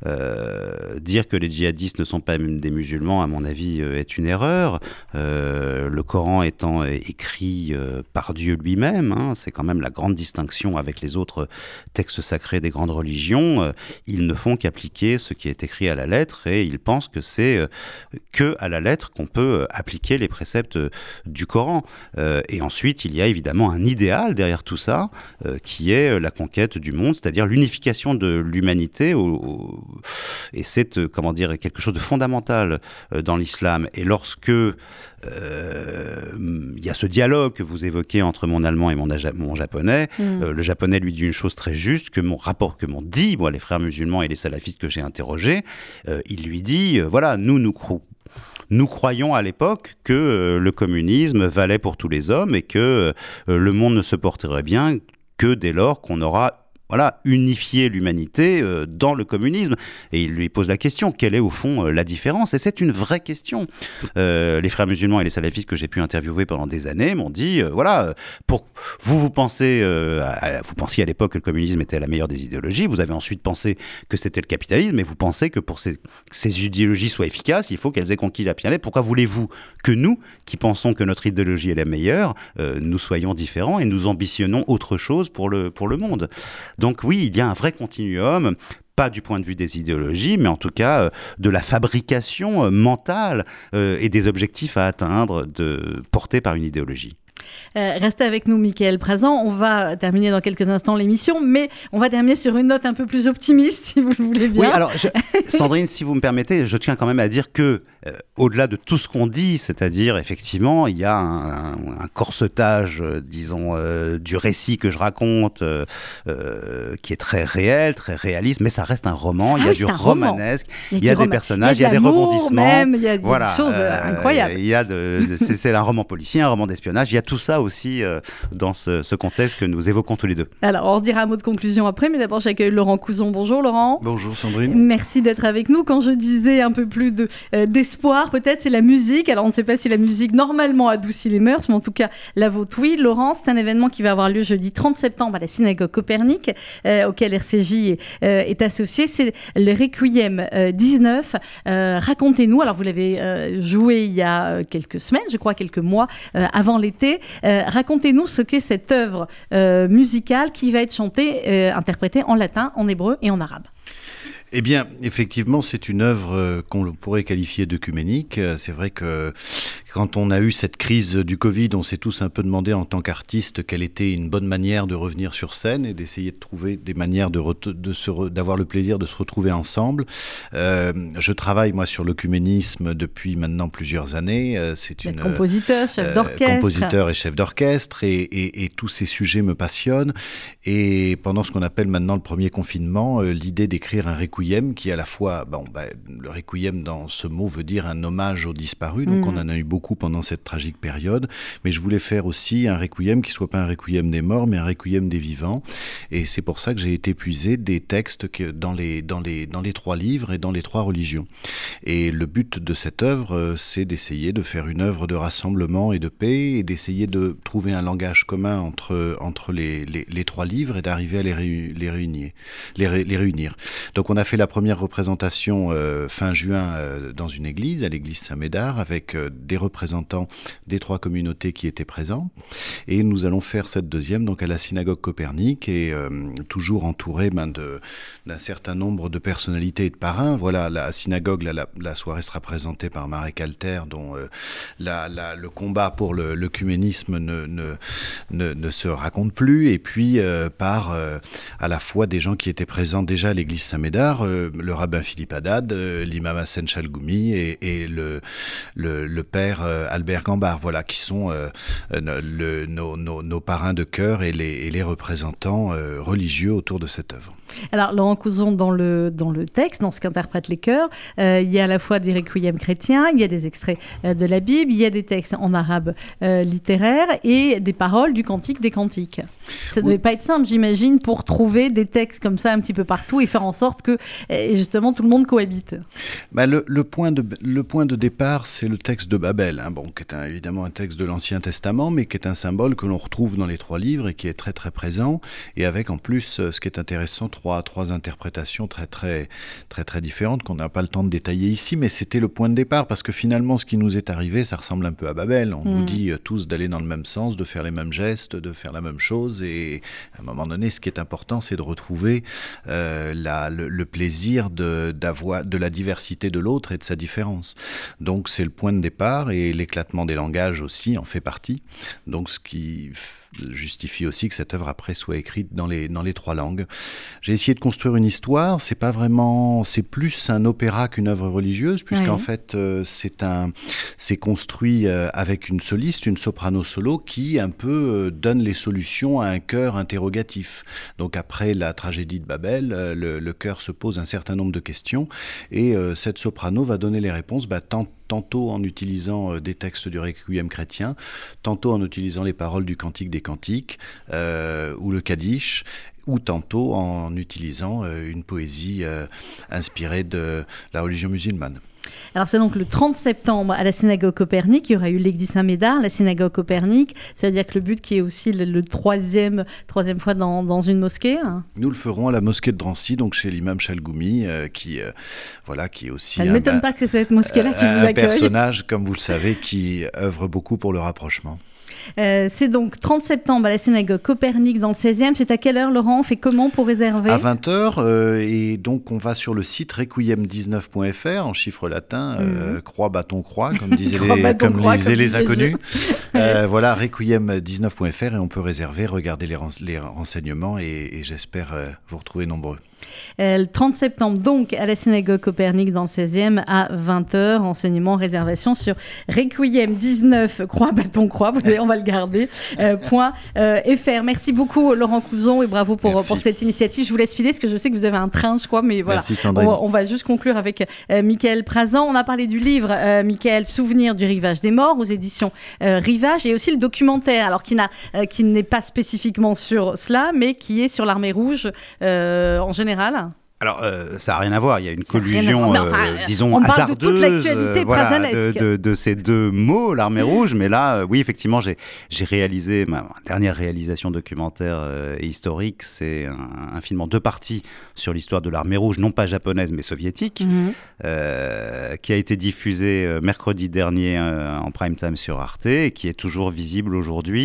Dire que les djihadistes ne sont pas même des musulmans, à mon avis, est une erreur. Le Coran étant écrit par Dieu lui-même, c'est quand même la grande distinction avec les autres textes sacrés des grandes religions. Ils ne font qu'appliquer ce qui est écrit à la lettre et ils pensent que c'est que à la lettre qu'on peut appliquer les préceptes du Coran. Et ensuite, il y a évidemment un idéal derrière tout ça, qui est la conquête du monde, c'est-à-dire l'unification de l'humanité. Et c'est, quelque chose de fondamental dans l'islam. Et lorsque il y a ce dialogue que vous évoquez entre mon allemand et mon japonais. Le japonais lui dit une chose très juste que m'ont dit les frères musulmans et les salafistes que j'ai interrogés. Il lui dit voilà, nous croyons à l'époque que le communisme valait pour tous les hommes et que le monde ne se porterait bien que dès lors qu'on aura unifier l'humanité dans le communisme. Et il lui pose la question, quelle est au fond la différence ? Et c'est une vraie question. Les frères musulmans et les salafistes que j'ai pu interviewer pendant des années m'ont dit, vous pensiez à l'époque que le communisme était la meilleure des idéologies, vous avez ensuite pensé que c'était le capitalisme, et vous pensez que pour ces idéologies soient efficaces, il faut qu'elles aient conquis la planète. Pourquoi voulez-vous que nous, qui pensons que notre idéologie est la meilleure, nous soyons différents et nous ambitionnons autre chose pour le monde ? Donc oui, il y a un vrai continuum, pas du point de vue des idéologies, mais en tout cas de la fabrication mentale et des objectifs à atteindre portés par une idéologie. Restez avec nous, Michael Prazan. On va terminer dans quelques instants l'émission, mais on va terminer sur une note un peu plus optimiste, si vous le voulez bien. Oui, alors, Sandrine, si vous me permettez, je tiens quand même à dire que, au-delà de tout ce qu'on dit, c'est-à-dire, effectivement, il y a un corsetage, du récit que je raconte, qui est très réel, très réaliste, mais ça reste un roman, il y a du romanesque, il y a des personnages, il y a des rebondissements. Même, il y a des choses incroyables. C'est un roman policier, un roman d'espionnage, il y a tout ça aussi dans ce contexte que nous évoquons tous les deux. Alors, on se dira un mot de conclusion après, mais d'abord, j'accueille Laurent Couzon. Bonjour Laurent. Bonjour Sandrine. Merci d'être avec nous. Quand je disais un peu plus d'espoir, peut-être, c'est la musique. Alors, on ne sait pas si la musique, normalement, adoucit les mœurs, mais en tout cas, la vôtre, oui. Laurent, c'est un événement qui va avoir lieu jeudi 30 septembre à la synagogue Copernic, auquel RCJ est associé. C'est le Requiem 19. Racontez-nous, alors vous l'avez joué il y a quelques semaines, je crois quelques mois, avant l'été. Racontez-nous ce qu'est cette œuvre musicale qui va être chantée, interprétée en latin, en hébreu et en arabe. Eh bien, effectivement, c'est une œuvre qu'on pourrait qualifier d'œcuménique. C'est vrai que quand on a eu cette crise du Covid, on s'est tous un peu demandé en tant qu'artiste quelle était une bonne manière de revenir sur scène et d'essayer de trouver des manières d'avoir le plaisir de se retrouver ensemble. Je travaille, moi, sur l'œcuménisme depuis maintenant plusieurs années. Compositeur, chef d'orchestre. Compositeur et chef d'orchestre, et tous ces sujets me passionnent. Et pendant ce qu'on appelle maintenant le premier confinement, l'idée d'écrire un requiem qui, à la fois, le requiem dans ce mot veut dire un hommage aux disparus, donc on en a eu beaucoup pendant cette tragique période, mais je voulais faire aussi un requiem qui soit pas un requiem des morts, mais un requiem des vivants. Et c'est pour ça que j'ai été puiser des textes dans les 3 livres et dans les 3 religions. Et le but de cette œuvre, c'est d'essayer de faire une œuvre de rassemblement et de paix, et d'essayer de trouver un langage commun entre les 3 livres et d'arriver à les réunir. Donc on a fait la première représentation fin juin dans une église, à l'église Saint-Médard, avec des représentants des 3 communautés qui étaient présents. Et nous allons faire cette deuxième donc à la synagogue Copernic, et toujours entouré d'un certain nombre de personnalités et de parrains. Voilà, la synagogue, la soirée sera présentée par Marek Alter, dont le combat pour l'œcuménisme ne se raconte plus, et puis par à la fois des gens qui étaient présents déjà à l'église Saint-Médard, le rabbin Philippe Haddad, l'imam Hassan Chalgoumi et le père Albert Gambard, voilà, qui sont nos parrains de cœur et les représentants religieux autour de cette œuvre. Alors, Laurent Couzon, dans le texte, dans ce qu'interprètent les chœurs, il y a à la fois des requiems chrétiens, il y a des extraits de la Bible, il y a des textes en arabe littéraire et des paroles du Cantique des Cantiques. Ça ne devait pas être simple, j'imagine, pour trouver des textes comme ça un petit peu partout et faire en sorte que, justement, tout le monde cohabite. Le point de départ, c'est le texte de Babel, qui est évidemment un texte de l'Ancien Testament, mais qui est un symbole que l'on retrouve dans les 3 livres et qui est très très présent, et avec en plus, ce qui est intéressant, trois interprétations très très très très différentes qu'on n'a pas le temps de détailler ici, mais c'était le point de départ, parce que finalement ce qui nous est arrivé, ça ressemble un peu à Babel. On nous dit tous d'aller dans le même sens, de faire les mêmes gestes, de faire la même chose, et à un moment donné, ce qui est important, c'est de retrouver le plaisir de la diversité de l'autre et de sa différence. Donc c'est le point de départ, et l'éclatement des langages aussi en fait partie. Donc ce qui justifie aussi que cette œuvre après soit écrite dans les 3 langues. J'ai essayé de construire une histoire, c'est plus un opéra qu'une œuvre religieuse, puisqu'en fait c'est construit avec une soliste, une soprano solo, qui un peu donne les solutions à un chœur interrogatif. Donc après la tragédie de Babel, le chœur se pose un certain nombre de questions, et cette soprano va donner les réponses, tantôt en utilisant des textes du requiem chrétien, tantôt en utilisant les paroles du Cantique des Cantiques ou le Kaddish, ou tantôt en utilisant une poésie inspirée de la religion musulmane. Alors c'est donc le 30 septembre à la synagogue Copernic, il y aura eu l'église Saint-Médard, la synagogue Copernic, c'est-à-dire que le but qui est aussi le troisième fois dans une mosquée. Nous le ferons à la mosquée de Drancy, donc chez l'imam Chalgoumi, qui est aussi ça ne m'étonne pas que c'est cette mosquée-là qui vous accueille. Un personnage, comme vous le savez, qui œuvre beaucoup pour le rapprochement. C'est donc 30 septembre à la synagogue Copernic dans le 16e. C'est à quelle heure, Laurent? On fait comment pour réserver? À 20h, et donc on va sur le site requiem19.fr en chiffre latin, croix, bâton, croix, comme disaient les inconnus. Voilà, requiem19.fr, et on peut réserver, regarder les renseignements, et j'espère vous retrouver nombreux. Le 30 septembre, donc, à la synagogue Copernic dans le 16e à 20h. Renseignements, réservation sur requiem19, croix, bâton, croix. On va le garder. .fr. Merci beaucoup, Laurent Couzon, et bravo pour cette initiative. Je vous laisse filer, parce que je sais que vous avez un train, je crois, mais voilà. Merci, Sandrine. On va juste conclure avec Michael Prazan. On a parlé du livre, Michael, Souvenir du rivage des morts, aux éditions Rivage, et aussi le documentaire, alors qui n'est pas spécifiquement sur cela, mais qui est sur l'armée rouge en général. Alors, ça n'a rien à voir, il y a une collusion, disons, hasardeuse, de toute l'actualité prazanesque. De ces 2 mots, l'armée rouge, mais là, oui, effectivement, j'ai réalisé, ma dernière réalisation documentaire et historique, c'est un film en 2 parties sur l'histoire de l'armée rouge, non pas japonaise, mais soviétique, qui a été diffusé mercredi dernier en prime time sur Arte, et qui est toujours visible aujourd'hui.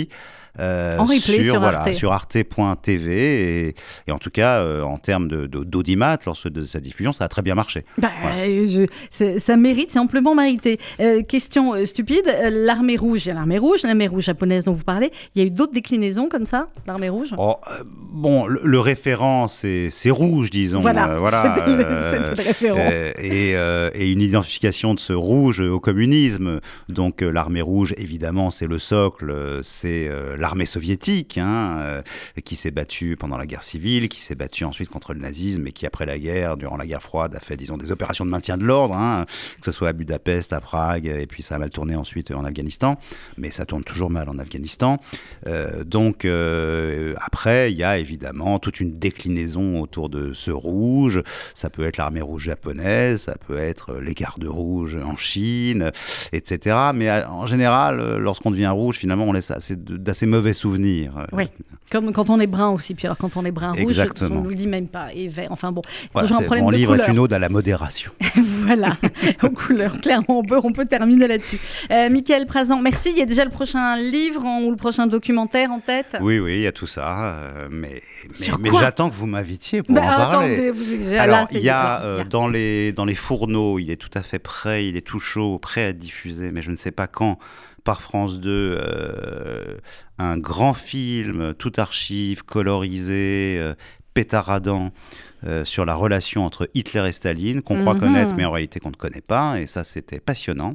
en replay sur Arte. Sur arte.tv et en tout cas en termes d'audimat lors de sa diffusion, ça a très bien marché. Ça mérite, c'est amplement mérité. Question stupide, l'armée rouge, il y a l'armée rouge japonaise dont vous parlez, il y a eu d'autres déclinaisons comme ça, l'armée rouge? Le référent c'est rouge, disons. C'était le référent. Et une identification de ce rouge au communisme. Donc l'armée rouge, évidemment, c'est le socle, c'est l'armée soviétique qui s'est battue pendant la guerre civile, qui s'est battue ensuite contre le nazisme et qui, après la guerre, durant la guerre froide, a fait, disons, des opérations de maintien de l'ordre, que ce soit à Budapest, à Prague, et puis ça a mal tourné ensuite en Afghanistan, mais ça tourne toujours mal en Afghanistan. Après, il y a évidemment toute une déclinaison autour de ce rouge. Ça peut être l'armée rouge japonaise, ça peut être les gardes rouges en Chine, etc. Mais en général, lorsqu'on devient rouge, finalement, on laisse d'assez mauvais souvenirs. Oui, comme quand on est brun aussi. Puis alors, quand on est brun rouge, exactement. on ne nous le dit même pas. Et vert, enfin bon. Mon livre est une ode à la modération. Voilà, aux couleurs. Clairement, on peut terminer là-dessus. Michael Prazan, merci. Il y a déjà le prochain livre ou le prochain documentaire en tête? Oui, il y a tout ça. Mais j'attends que vous m'invitiez pour en parler. Attendez, alors, il y a dans les fourneaux, il est tout à fait prêt, il est tout chaud, prêt à diffuser, mais je ne sais pas quand, par France 2, un grand film, tout archive, colorisé, pétaradant, sur la relation entre Hitler et Staline, qu'on croit connaître, mais en réalité qu'on ne connaît pas, et ça, c'était passionnant.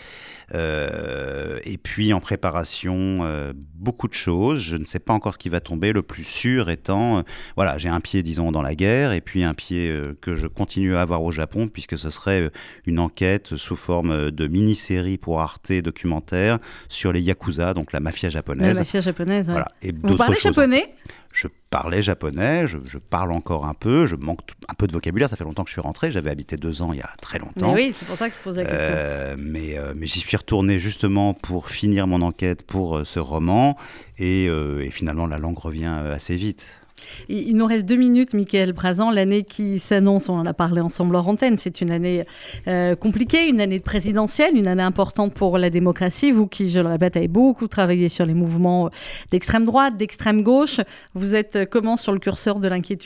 Et puis en préparation, beaucoup de choses. Je ne sais pas encore ce qui va tomber. Le plus sûr étant, j'ai un pied, disons, dans la guerre, et puis un pied que je continue à avoir au Japon, puisque ce serait une enquête sous forme de mini-série pour Arte documentaire sur les Yakuza, donc la mafia japonaise. La mafia japonaise, voilà. Et vous parlez japonais ? Je parlais japonais, je parle encore un peu, je manque un peu de vocabulaire, ça fait longtemps que je suis rentré, j'avais habité 2 ans il y a très longtemps. Mais oui, c'est pour ça que je pose la question. Mais j'y suis retourné justement pour finir mon enquête pour ce roman, et finalement la langue revient assez vite. Il nous reste 2 minutes, Michael Prazan. L'année qui s'annonce, on en a parlé ensemble hors antenne, c'est une année compliquée, une année présidentielle, une année importante pour la démocratie. Vous qui, je le répète, avez beaucoup travaillé sur les mouvements d'extrême droite, d'extrême gauche. Vous êtes comment sur le curseur de l'inquiétude ?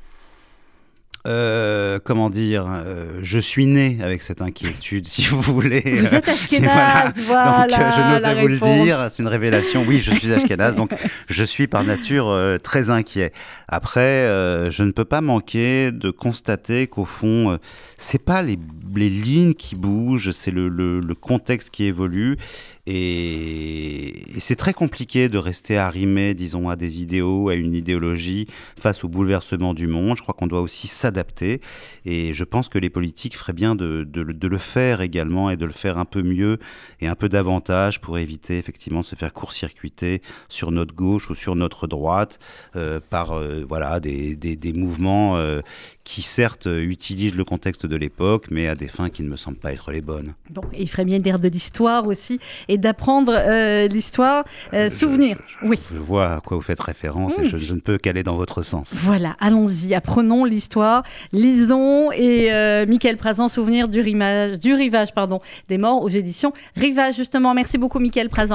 Je suis né avec cette inquiétude, si vous voulez. Vous êtes ashkénaze, voilà. Donc, je n'osais vous le dire, c'est une révélation. Oui, je suis ashkénaze, donc je suis par nature très inquiet. Après, je ne peux pas manquer de constater qu'au fond, c'est pas les lignes qui bougent, c'est le contexte qui évolue. Et c'est très compliqué de rester arrimé, disons, à des idéaux, à une idéologie face au bouleversement du monde. Je crois qu'on doit aussi s'adapter. Et je pense que les politiques feraient bien de le faire également, et de le faire un peu mieux et un peu davantage pour éviter effectivement de se faire court-circuiter sur notre gauche ou sur notre droite par des mouvements qui certes utilisent le contexte de l'époque, mais à des fins qui ne me semblent pas être les bonnes. Bon, et il ferait bien de lire de l'histoire aussi, et d'apprendre l'histoire. Souvenir, oui. Je vois à quoi vous faites référence, et je ne peux qu'aller dans votre sens. Voilà, allons-y, apprenons l'histoire, lisons, et Michael Prazan, Souvenir du rivage des morts, aux éditions Rivage, justement. Merci beaucoup, Michael Prazan.